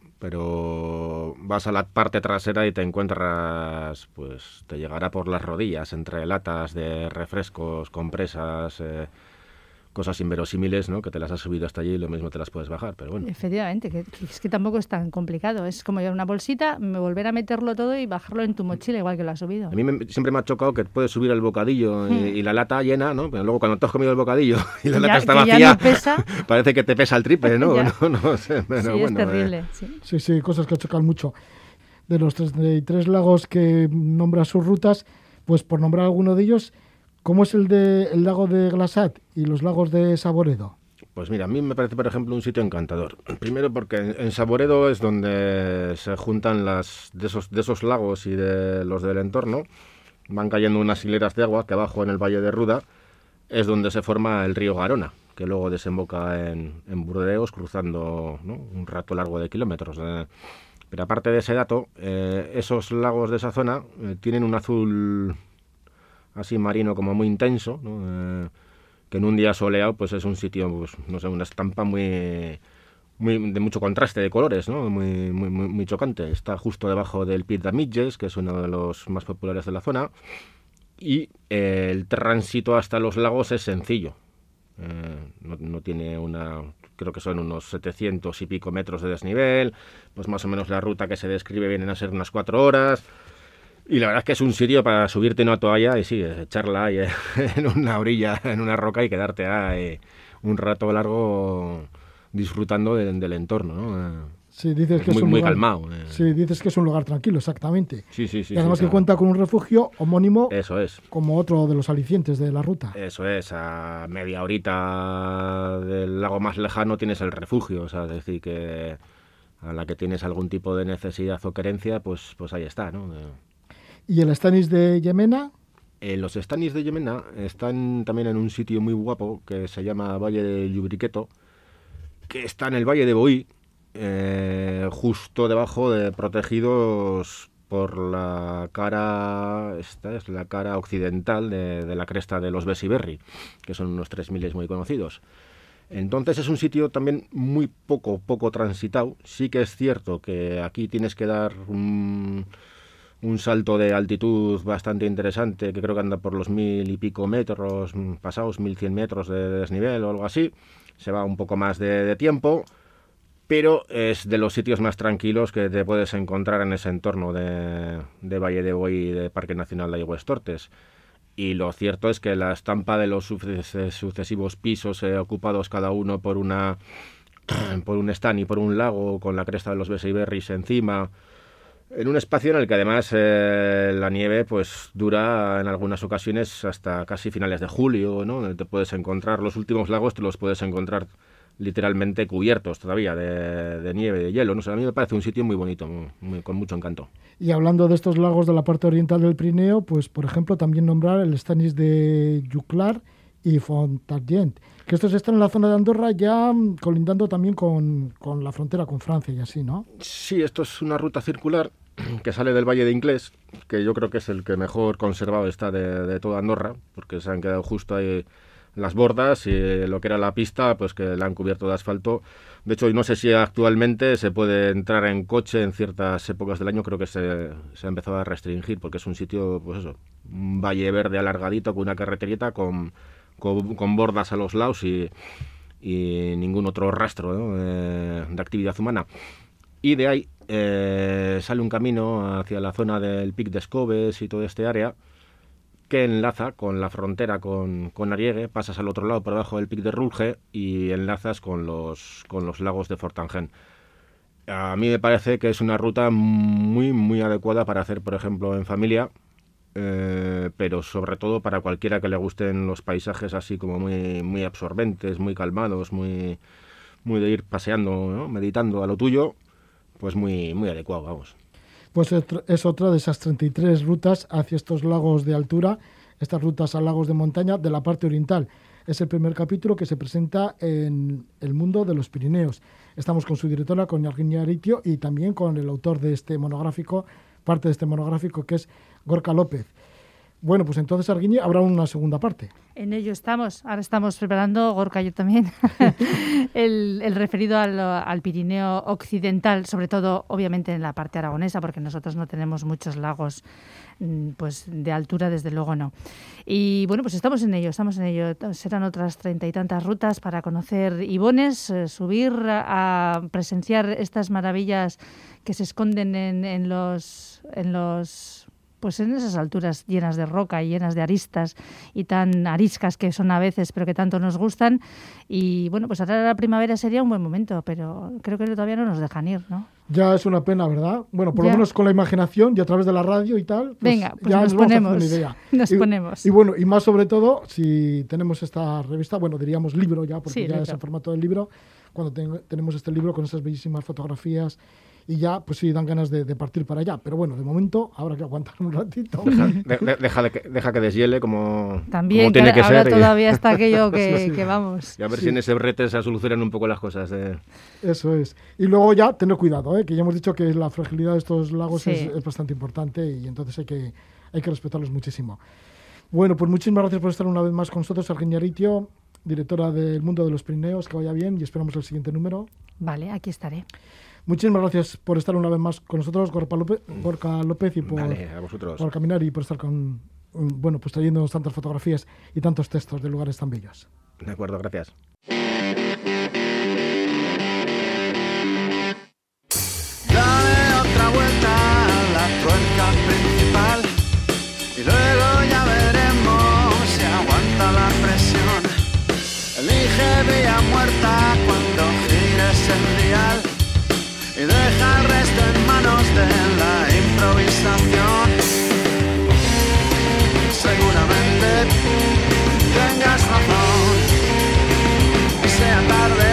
pero vas a la parte trasera y te encuentras, pues te llegará por las rodillas entre latas de refrescos, compresas... Eh, cosas inverosímiles, ¿no? Que te las has subido hasta allí y lo mismo te las puedes bajar, pero bueno. Efectivamente, que, que es que tampoco es tan complicado. Es como llevar una bolsita, me volver a meterlo todo y bajarlo en tu mochila igual que lo has subido. A mí me, siempre me ha chocado que puedes subir el bocadillo y, y la lata llena, ¿no? Pero luego cuando te has comido el bocadillo y la ya, lata está vacía, no pesa. Parece que te pesa el triple, ¿no? no, no sé, pero sí, bueno, es terrible. Eh. Sí. sí, sí, cosas que chocan mucho. De los treinta y tres lagos que nombra sus rutas, pues por nombrar alguno de ellos... ¿Cómo es el de el lago de Glasat y los lagos de Saboredo? Pues mira, a mí me parece, por ejemplo, un sitio encantador. Primero porque en Saboredo es donde se juntan las de esos, de esos lagos y de los del entorno. Van cayendo unas hileras de agua que abajo en el Valle de Ruda es donde se forma el río Garona, que luego desemboca en, en Burdeos, cruzando, ¿no?, un rato largo de kilómetros. Eh, pero aparte de ese dato, eh, esos lagos de esa zona eh, tienen un azul... así marino como muy intenso, ¿no? Eh, que en un día soleado pues es un sitio, pues, no sé, una estampa muy, muy de mucho contraste de colores, ¿no? Muy, muy, muy, muy chocante. Está justo debajo del Pic de Mitges, que es uno de los más populares de la zona, y eh, el tránsito hasta los lagos es sencillo. Eh, no, no tiene una... creo que son unos setecientos y pico metros de desnivel, pues más o menos la ruta que se describe vienen a ser unas cuatro horas... Y la verdad es que es un sitio para subirte en una toalla y sí, echarla ahí en una orilla, en una roca y quedarte ahí un rato largo disfrutando de, del entorno, ¿no? Sí, dices es que muy, es un muy lugar, calmado. Eh. Sí, dices que es un lugar tranquilo, exactamente. Sí, sí, sí. Y además sí, que cuenta con un refugio homónimo. Eso es. Como otro de los alicientes de la ruta. Eso es, a media horita del lago más lejano tienes el refugio, o sea, es decir, que a la que tienes algún tipo de necesidad o querencia, pues, pues ahí está, ¿no? ¿Y el Stanis de Yemena? Eh, los Stanis de Yemena están también en un sitio muy guapo que se llama Valle de Llubriqueto, que está en el Valle de Boí, eh, justo debajo de protegidos por la cara, esta es la cara occidental de, de la cresta de los Besiberri, que son unos tres miles muy conocidos. Entonces es un sitio también muy poco, poco transitado. Sí que es cierto que aquí tienes que dar un... un salto de altitud bastante interesante, que creo que anda por los mil y pico metros, pasados mil cien metros de desnivel o algo así. Se va un poco más de, de tiempo, pero es de los sitios más tranquilos que te puedes encontrar en ese entorno de, de Valle de Boí y de Parque Nacional de Aigüestortes. Y lo cierto es que la estampa de los sucesivos pisos eh, ocupados cada uno por una por un stand y por un lago con la cresta de los Besiberris encima, en un espacio en el que además eh, la nieve pues dura en algunas ocasiones hasta casi finales de julio, ¿no? Donde te puedes encontrar, los últimos lagos te los puedes encontrar literalmente cubiertos todavía de, de nieve, de hielo, ¿no? O sea, a mí me parece un sitio muy bonito, muy, muy, con mucho encanto. Y hablando de estos lagos de la parte oriental del Pirineo, pues por ejemplo también nombrar el Stanis de Lluclar y Fontargent, que estos están en la zona de Andorra ya colindando también con, con la frontera con Francia y así, ¿no? Sí, esto es una ruta circular que sale del Valle de Inclés, que yo creo que es el que mejor conservado está de, de toda Andorra, porque se han quedado justo ahí las bordas y lo que era la pista, pues que la han cubierto de asfalto. De hecho, no sé si actualmente se puede entrar en coche en ciertas épocas del año, creo que se, se ha empezado a restringir, porque es un sitio, pues eso, un valle verde alargadito con una carreterita con, con, con bordas a los lados y, y ningún otro rastro, ¿no?, de, de actividad humana. Y de ahí eh, sale un camino hacia la zona del Pic d'Escoves y toda este área, que enlaza con la frontera con, con Ariegue, pasas al otro lado por debajo del Pic de Rulge y enlazas con los, con los lagos de Fortangén. A mí me parece que es una ruta muy, muy adecuada para hacer, por ejemplo, en familia, eh, pero sobre todo para cualquiera que le gusten los paisajes así como muy, muy absorbentes, muy calmados, muy, muy de ir paseando, ¿no?, meditando a lo tuyo, pues muy, muy adecuado, vamos. Pues es otra de esas treinta y tres rutas hacia estos lagos de altura, estas rutas a lagos de montaña de la parte oriental. Es el primer capítulo que se presenta en El Mundo de los Pirineos. Estamos con su directora, con Argiñe Aritio, y también con el autor de este monográfico, parte de este monográfico, que es Gorka López. Bueno, pues entonces, Argiñe, habrá una segunda parte. En ello estamos. Ahora estamos preparando, Gorka, yo también, el, el referido al, al Pirineo occidental, sobre todo, obviamente, en la parte aragonesa, porque nosotros no tenemos muchos lagos pues de altura, desde luego no. Y bueno, pues estamos en ello, estamos en ello. Serán otras treinta y tantas rutas para conocer Ibones, eh, subir a, a presenciar estas maravillas que se esconden en, en los... En los pues en esas alturas llenas de roca y llenas de aristas y tan ariscas que son a veces, pero que tanto nos gustan. Y bueno, pues ahora la primavera sería un buen momento, pero creo que todavía no nos dejan ir, ¿no? Ya es una pena, ¿verdad? Bueno, por ya. lo menos con la imaginación y a través de la radio y tal, pues venga, pues ya nos, nos ponemos, vamos a hacer una idea. Nos y, ponemos. Y bueno, y más sobre todo, si tenemos esta revista, bueno, diríamos libro ya, porque sí, ya libro. es en formato del libro, cuando ten, tenemos este libro con esas bellísimas fotografías, y ya, pues sí, dan ganas de, de partir para allá. Pero bueno, de momento, habrá que aguantar un ratito. Deja, de, de, deja, de que, deja que deshiele como, También, como tiene que, que ahora ser. todavía está aquello que, sí, sí. que vamos. Y a ver sí. si en ese brete se solucionan un poco las cosas. Eh. Eso es. Y luego ya, tener cuidado, ¿eh? Que ya hemos dicho que la fragilidad de estos lagos sí. es, es bastante importante y entonces hay que, hay que respetarlos muchísimo. Bueno, pues muchísimas gracias por estar una vez más con nosotros, Argiñe Aritio, directora del Mundo de los Pirineos. Que vaya bien y esperamos el siguiente número. Vale, aquí estaré. Muchísimas gracias por estar una vez más con nosotros, Gorka López, Gorka López y por, vale, a vosotros. por caminar y por estar con, bueno, pues trayéndonos tantas fotografías y tantos textos de lugares tan bellos. De acuerdo, gracias. Dale otra vuelta a la tuerca principal y luego ya veremos si aguanta la presión. Elige vía muerta cuando gires el dial y deja el resto en manos de la improvisación. Seguramente tengas razón y sea tarde.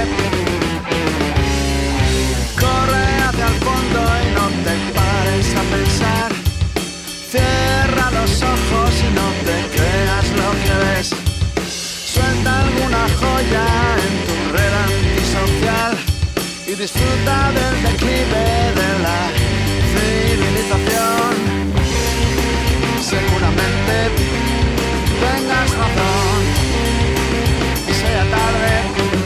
Corre hacia el fondo y no te pares a pensar. Cierra los ojos y no te creas lo que ves. Suelta alguna joya en tu red antisocial y disfruta del declive de la civilización. Seguramente tengas razón y sea tarde.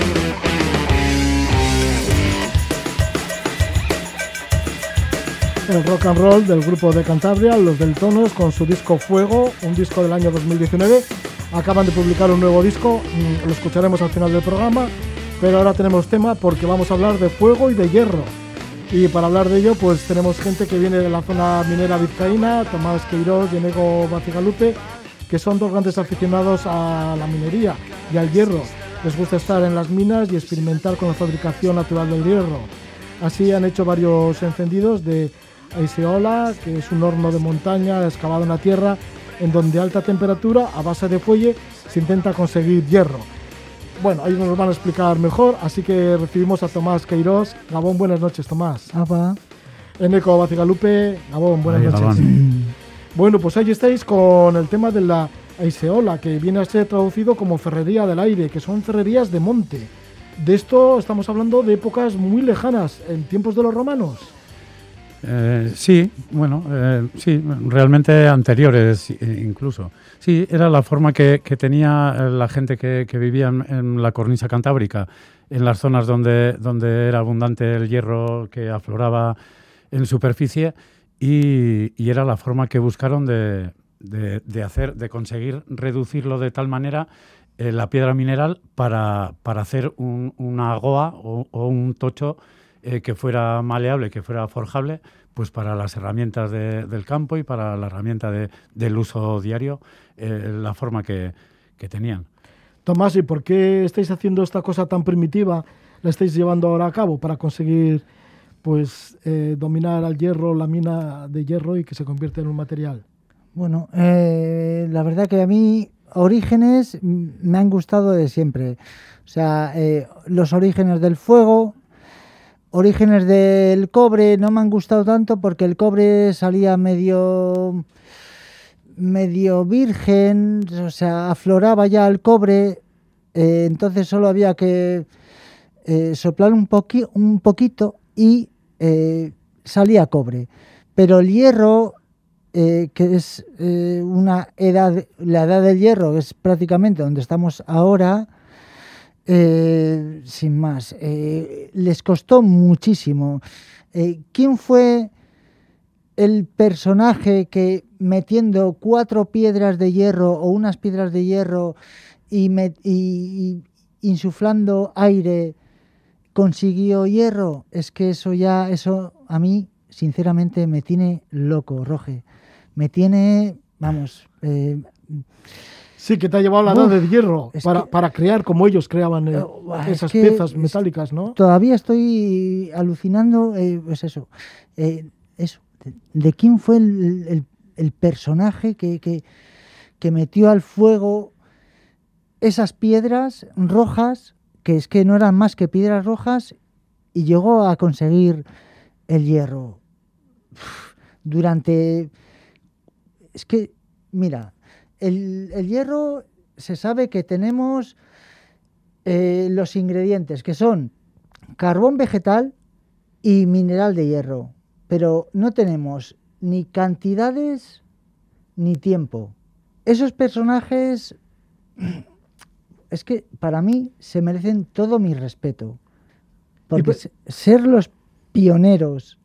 El rock and roll del grupo de Cantabria, los del Tonos, con su disco Fuego, un disco del año dos mil diecinueve. Acaban de publicar un nuevo disco, lo escucharemos al final del programa. Pero ahora tenemos tema porque vamos a hablar de fuego y de hierro. Y para hablar de ello, pues tenemos gente que viene de la zona minera vizcaína, Tomás Queirós y Eneco Bacigalupe, que son dos grandes aficionados a la minería y al hierro. Les gusta estar en las minas y experimentar con la fabricación natural del hierro. Así han hecho varios encendidos de Aiseola, que es un horno de montaña excavado en la tierra, en donde a alta temperatura, a base de fuelle, se intenta conseguir hierro. Bueno, ellos nos lo van a explicar mejor, así que recibimos a Tomás Queirós. Gabón, buenas noches, Tomás. Apa. Eneco Bacigalupe, Gabón, buenas Ay, noches. Gabón. Bueno, pues ahí estáis con el tema de la Aiseola, que viene a ser traducido como ferrería del aire, que son ferrerías de monte. De esto estamos hablando de épocas muy lejanas, en tiempos de los romanos. Eh, sí, bueno, eh, sí, realmente anteriores incluso. Sí, era la forma que, que tenía la gente que, que vivía en, en la cornisa cantábrica, en las zonas donde, donde era abundante el hierro que afloraba en superficie, y, y era la forma que buscaron de, de, de hacer, de conseguir reducirlo de tal manera eh, la piedra mineral para, para hacer un, una goa o, o un tocho eh, que fuera maleable, que fuera forjable, pues para las herramientas de, del campo y para la herramienta de, del uso diario, eh, la forma que, que tenían. Tomás, ¿y por qué estáis haciendo esta cosa tan primitiva? ¿La estáis llevando ahora a cabo para conseguir pues eh, dominar al hierro, la mina de hierro, y que se convierta en un material? Bueno, eh, la verdad que a mí orígenes me han gustado de siempre. O sea, eh, los orígenes del fuego, orígenes del cobre no me han gustado tanto porque el cobre salía medio... medio virgen, o sea, afloraba ya el cobre, eh, entonces solo había que eh, soplar un, poqui, un poquito y eh, salía cobre. Pero el hierro, eh, que es eh, una edad, la edad del hierro es prácticamente donde estamos ahora, eh, sin más, eh, les costó muchísimo. Eh, ¿Quién fue el personaje que metiendo cuatro piedras de hierro o unas piedras de hierro y, met, y, y insuflando aire consiguió hierro? Es que eso ya, eso a mí sinceramente me tiene loco, Roge. Me tiene, vamos... Eh, sí, que te ha llevado la edad del hierro para, que, para crear como ellos creaban eh, esas piezas metálicas, ¿no? Todavía estoy alucinando, eh, pues eso, eh, eso. ¿De quién fue el, el, el personaje que, que, que metió al fuego esas piedras rojas, que es que no eran más que piedras rojas, y llegó a conseguir el hierro? Uf, durante... Es que, mira, el, el hierro se sabe que tenemos eh, los ingredientes, que son carbón vegetal y mineral de hierro. Pero no tenemos ni cantidades ni tiempo. Esos personajes, es que para mí se merecen todo mi respeto. Porque pues, ser los pioneros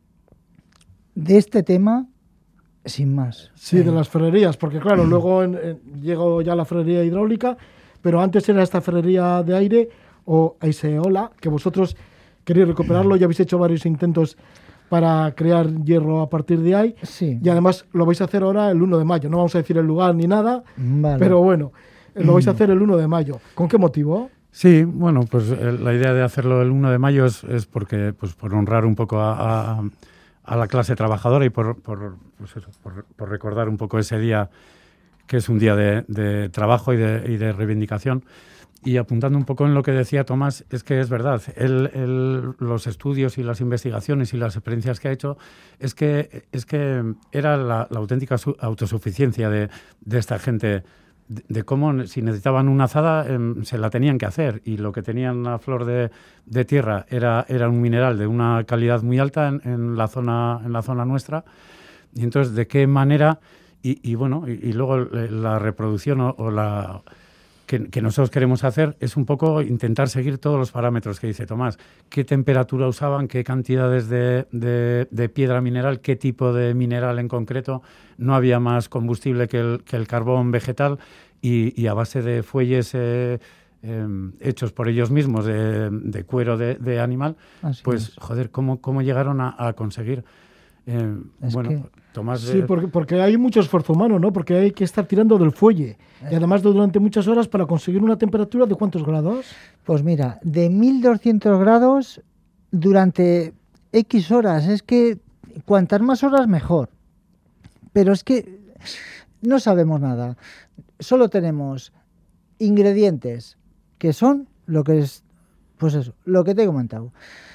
de este tema, sin más. Sí, eh. de las ferrerías, porque claro, luego en, en, llegó ya la ferrería hidráulica, pero antes era esta ferrería de aire o Aiseola, que vosotros queréis recuperarlo, ya habéis hecho varios intentos para crear hierro a partir de ahí. Sí. Y además lo vais a hacer ahora el uno de mayo. No vamos a decir el lugar ni nada, vale. Pero bueno, lo vais a hacer el uno de mayo. ¿Con qué motivo? Sí, bueno, pues eh, la idea de hacerlo el uno de mayo es, es porque, pues por honrar un poco a, a, a la clase trabajadora y por, por, pues eso, por, por recordar un poco ese día, que es un día de, de trabajo y de, y de reivindicación. Y apuntando un poco en lo que decía Tomás, es que es verdad, él, él, los estudios y las investigaciones y las experiencias que ha hecho, es que, es que era la, la auténtica su, autosuficiencia de, de esta gente, de, de cómo si necesitaban una azada eh, se la tenían que hacer, y lo que tenían a flor de, de tierra era, era un mineral de una calidad muy alta en, en, la, zona, en la zona nuestra. Y entonces, ¿de qué manera? Y, y bueno, y, y luego la reproducción o, o la... Que, que nosotros queremos hacer es un poco intentar seguir todos los parámetros que dice Tomás. ¿Qué temperatura usaban? ¿Qué cantidades de, de, de piedra mineral? ¿Qué tipo de mineral en concreto? No había más combustible que el, que el carbón vegetal, y, y a base de fuelles eh, eh, hechos por ellos mismos, de, de cuero de, de animal, Así pues, es. joder, ¿cómo, cómo llegaron a, a conseguir? Eh, bueno, que... Tomás... Sí, porque, porque hay mucho esfuerzo humano, ¿no? Porque hay que estar tirando del fuelle. Y además de durante muchas horas para conseguir una temperatura de ¿cuántos grados? Pues mira, de mil doscientos grados durante X horas. Es que cuantas más horas mejor. Pero es que no sabemos nada. Solo tenemos ingredientes que son lo que es, pues eso, lo que te he comentado.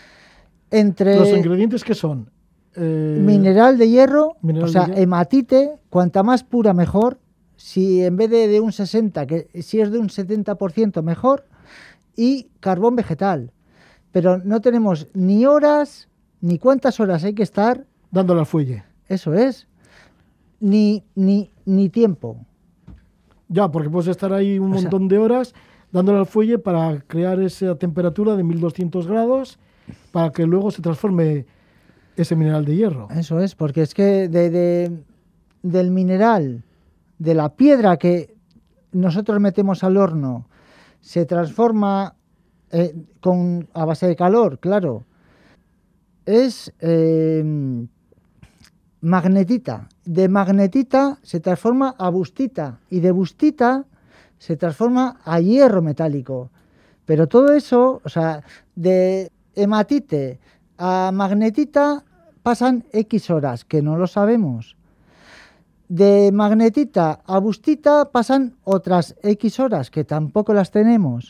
Entre ¿Los ingredientes qué son? Eh, mineral de hierro, mineral o sea, de hierro. hematite, cuanta más pura mejor. Si en vez de, de un sesenta, que si es de un setenta por ciento mejor, y carbón vegetal. Pero no tenemos ni horas, ni cuántas horas hay que estar Dándole al fuelle. Eso es. Ni, ni, ni tiempo. Ya, porque puedes estar ahí un O sea, montón de horas dándole al fuelle para crear esa temperatura de mil doscientos grados para que luego se transforme ese mineral de hierro. Eso es, porque es que de, de, del mineral, de la piedra que nosotros metemos al horno, se transforma eh, con, a base de calor, claro, es eh, magnetita. De magnetita se transforma a bustita y de bustita se transforma a hierro metálico. Pero todo eso, o sea, de hematite a magnetita pasan X horas, que no lo sabemos. De magnetita a bustita pasan otras X horas, que tampoco las tenemos.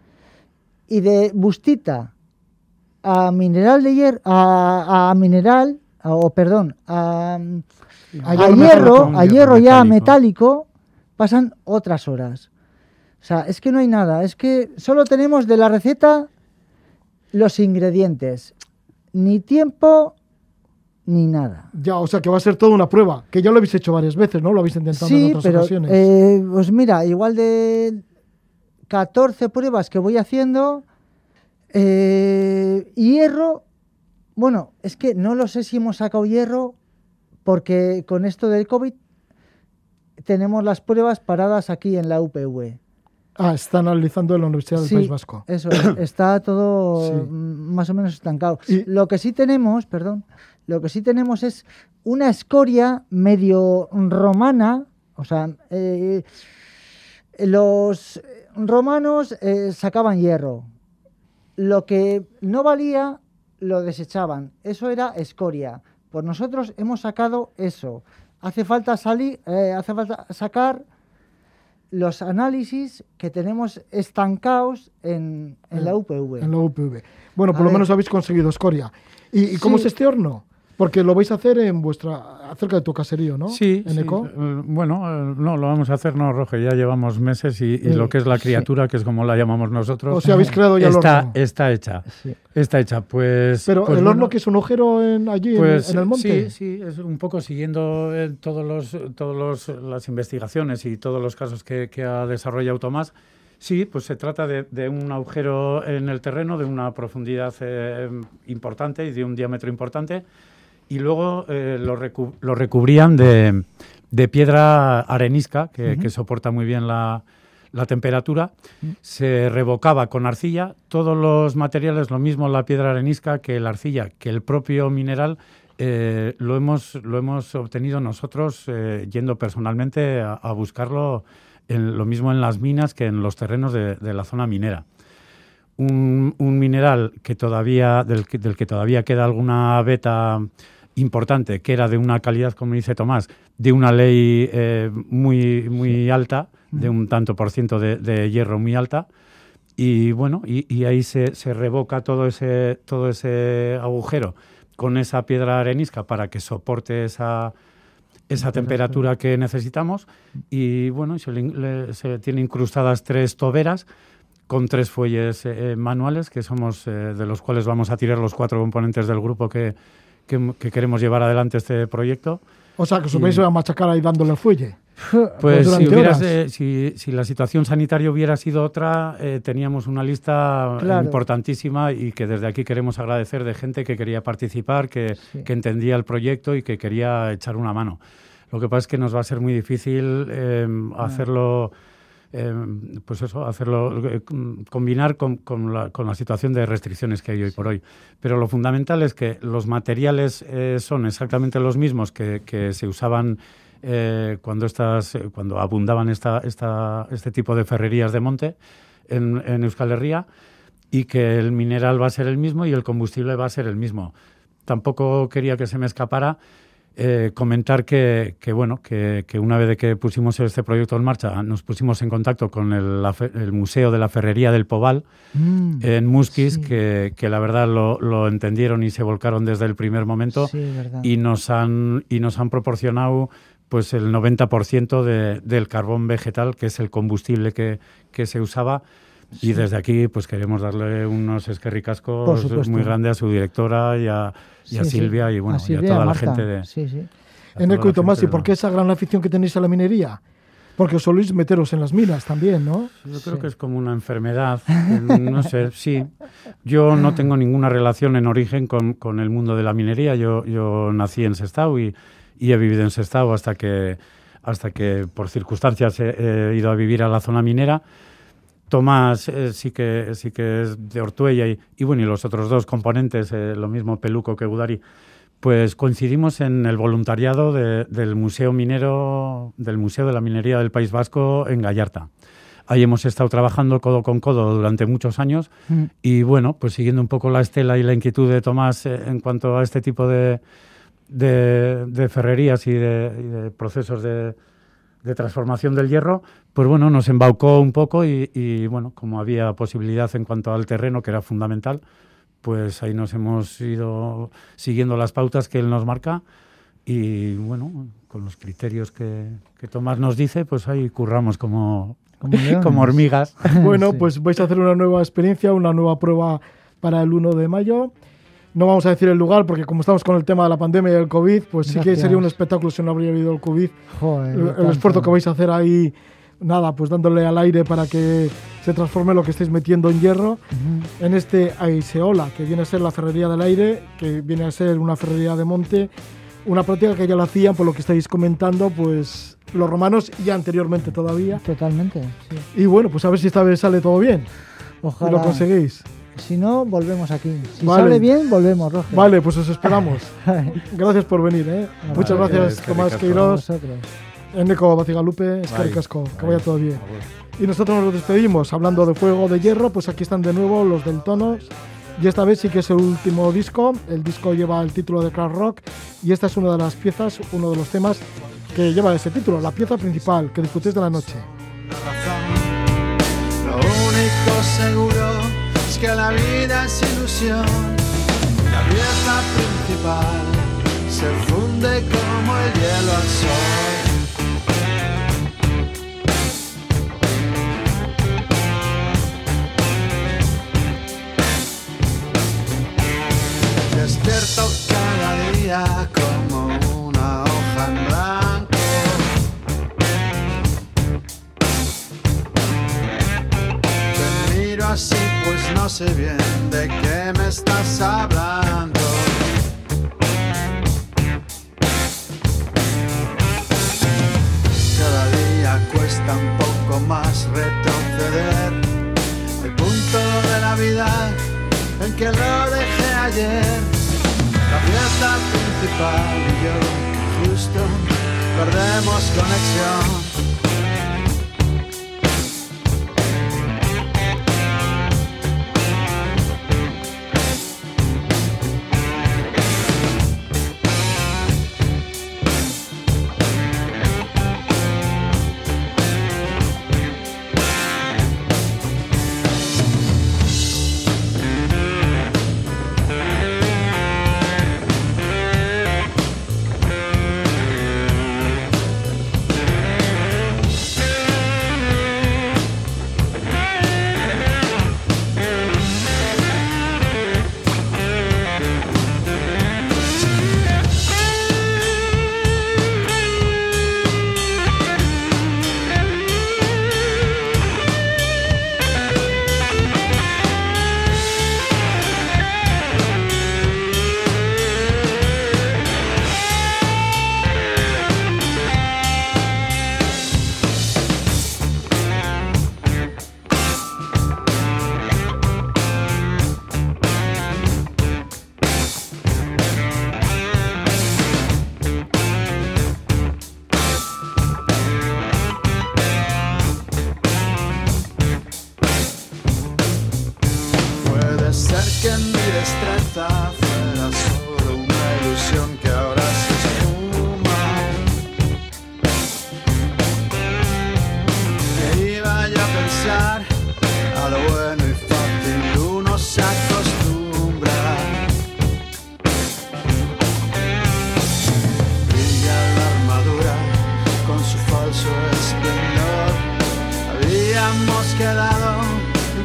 Y de bustita a mineral de hierro, a, a mineral, a, o perdón, a, a, a hierro, metálico, a hierro ya metálico. metálico, pasan otras horas. O sea, es que no hay nada, es que solo tenemos de la receta los ingredientes, ni tiempo ni nada. Ya, o sea que va a ser toda una prueba, que ya lo habéis hecho varias veces, ¿no? Lo habéis intentado en Sí, otras pero ocasiones. eh, pues mira, igual de catorce pruebas que voy haciendo, eh, hierro, bueno, es que no lo sé si hemos sacado hierro, porque con esto del COVID tenemos las pruebas paradas aquí en la U P V. Ah, están analizando en la Universidad del Sí, País Vasco. Eso es, está todo Sí. mm, más o menos estancado. Y- Lo que sí tenemos, perdón, lo que sí tenemos es una escoria medio romana, o sea, eh, los romanos eh, sacaban hierro. Lo que no valía lo desechaban. Eso era escoria. Pues nosotros hemos sacado eso. Hace falta salir, eh, hace falta sacar los análisis que tenemos estancados en, en la U P V. En la U P V. Bueno, A por lo ver. menos habéis conseguido escoria. ¿Y, y cómo Sí. es este horno? Porque lo vais a hacer en vuestra, cerca de tu caserío, ¿no? Sí, En sí. Eco. Eh, bueno, eh, no, lo vamos a hacer, no, Roge, ya llevamos meses y, y Eh, lo que es la sí. criatura, que es como la llamamos nosotros, O sea, habéis creado ya el está, horno. está hecha. Sí. Está hecha, pues... Pero pues el horno bueno, que es un agujero en, allí en- pues en, el monte. sí, sí, es un poco siguiendo eh, todos los, todos los, las investigaciones y todos los casos que, que ha desarrollado Tomás. Sí, pues se trata de, de un agujero en el terreno de una profundidad eh, importante y de un diámetro importante, y luego eh, lo, recu- lo recubrían de, de piedra arenisca, que, Ujú. que soporta muy bien la, la temperatura. Se revocaba con arcilla, todos los materiales, lo mismo la piedra arenisca que la arcilla, que el propio mineral, eh, lo, hemos, lo hemos obtenido nosotros eh, yendo personalmente a, a buscarlo, en, lo mismo en las minas que en los terrenos de, de la zona minera. Un, un mineral que todavía, del, que, del que todavía queda alguna veta importante, que era de una calidad, como dice Tomás, de una ley eh, muy, muy alta, de un tanto por ciento de, de hierro muy alta, y bueno, y, y ahí se, se revoca todo ese, todo ese agujero con esa piedra arenisca para que soporte esa, esa temperatura que necesitamos, y bueno, se, le, le- se tiene incrustadas tres toberas con tres fuelles eh, manuales, que somos eh, de los cuales vamos a tirar los cuatro componentes del grupo que, que, que queremos llevar adelante este proyecto. O sea, que os Y- vais a machacar ahí dándole el fuelle. Pues si, durante hubieras, horas. eh, si, si la situación sanitaria hubiera sido otra, eh, teníamos una lista Claro. importantísima, y que desde aquí queremos agradecer, de gente que quería participar, que, Sí. que entendía el proyecto y que quería echar una mano. Lo que pasa es que nos va a ser muy difícil eh, hacerlo, eh, pues eso, hacerlo, eh, combinar con, con, la, con la situación de restricciones que hay hoy por hoy. Pero lo fundamental es que los materiales eh, son exactamente los mismos que, que se usaban eh, cuando estas, eh, cuando abundaban esta, esta, este tipo de ferrerías de monte en, en Euskal Herria, y que el mineral va a ser el mismo y el combustible va a ser el mismo. Tampoco quería que se me escapara eh, comentar que, que bueno, que, que una vez de que pusimos este proyecto en marcha, nos pusimos en contacto con el, la fe- el Museo de la Ferrería del Poval Mm, en Musquis, sí. que, que la verdad lo, lo entendieron y se volcaron desde el primer momento, sí, verdad. y nos han y nos han proporcionado pues el noventa por ciento de, del carbón vegetal, que es el combustible que, que se usaba, Sí. Y desde aquí pues queremos darle unos esquerricascos muy grandes a su directora y a, y a sí, Silvia sí. y bueno, a Silvia, y a toda la gente de... Sí, sí. Eneco y Tomás, ¿y por qué esa gran afición que tenéis a la minería? Porque os soléis meteros en las minas también, ¿no? Yo creo sí. que es como una enfermedad, no sé, sí. Yo no tengo ninguna relación en origen con, con el mundo de la minería. Yo, yo nací en Sestao y, y he vivido en Sestao hasta que, hasta que por circunstancias he, he ido a vivir a la zona minera. Tomás eh, sí, que, sí que es de Ortuella y, y bueno, y los otros dos componentes, eh, lo mismo Peluco que Gudari, pues coincidimos en el voluntariado de, del Museo Minero, del Museo de la Minería del País Vasco en Gallarta. Ahí hemos estado trabajando codo con codo durante muchos años mm. y bueno, pues siguiendo un poco la estela y la inquietud de Tomás eh, en cuanto a este tipo de, de, de ferrerías y de, y de procesos de, de transformación del hierro, pues bueno, nos embaucó un poco y, y bueno, como había posibilidad en cuanto al terreno, que era fundamental, pues ahí nos hemos ido siguiendo las pautas que él nos marca y, bueno, con los criterios que, que Tomás nos dice, pues ahí curramos como, como, como hormigas. Bueno, sí. pues vais a hacer una nueva experiencia, una nueva prueba para el uno de mayo. No vamos a decir el lugar porque como estamos con el tema de la pandemia y el COVID, pues Gracias. sí que sería un espectáculo si no habría habido el COVID. Joder, el, el esfuerzo que vais a hacer ahí, nada, pues dándole al aire para que se transforme lo que estáis metiendo en hierro uh-huh. en este Aiseola, que viene a ser la ferrería del aire, que viene a ser una ferrería de monte, una práctica que ya lo hacían, por lo que estáis comentando, pues los romanos y anteriormente todavía. Totalmente, sí. Y bueno, pues a ver si esta vez sale todo bien. Ojalá. Y lo conseguís. Si no, volvemos aquí. Si vale. sale bien, volvemos, Roger. Vale, pues os esperamos. Gracias por venir, ¿eh? Vale, Muchas gracias, eh, Tomás Queiroz. Eneco Bacigalupe, eskerrik asko, que vaya todo bien. Y nosotros nos despedimos hablando de Fuego de Hierro, pues aquí están de nuevo los del Tonos. Y esta vez sí que es el último disco. El disco lleva el título de Crack Rock y esta es una de las piezas, uno de los temas que lleva ese título, la pieza principal, que disfrutéis de la noche. Lo único seguro es que la vida es ilusión. La pieza principal se funde como el hielo al sol. Despierto cada día como una hoja en blanco. Te miro así pues no sé bien de qué me estás hablando. Cada día cuesta un poco más retroceder. El punto de la vida en que lo dejé ayer. La fiesta principal y yo justo perdemos conexión.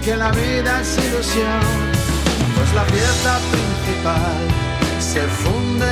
que la vida es ilusión, pues la pieza principal se funde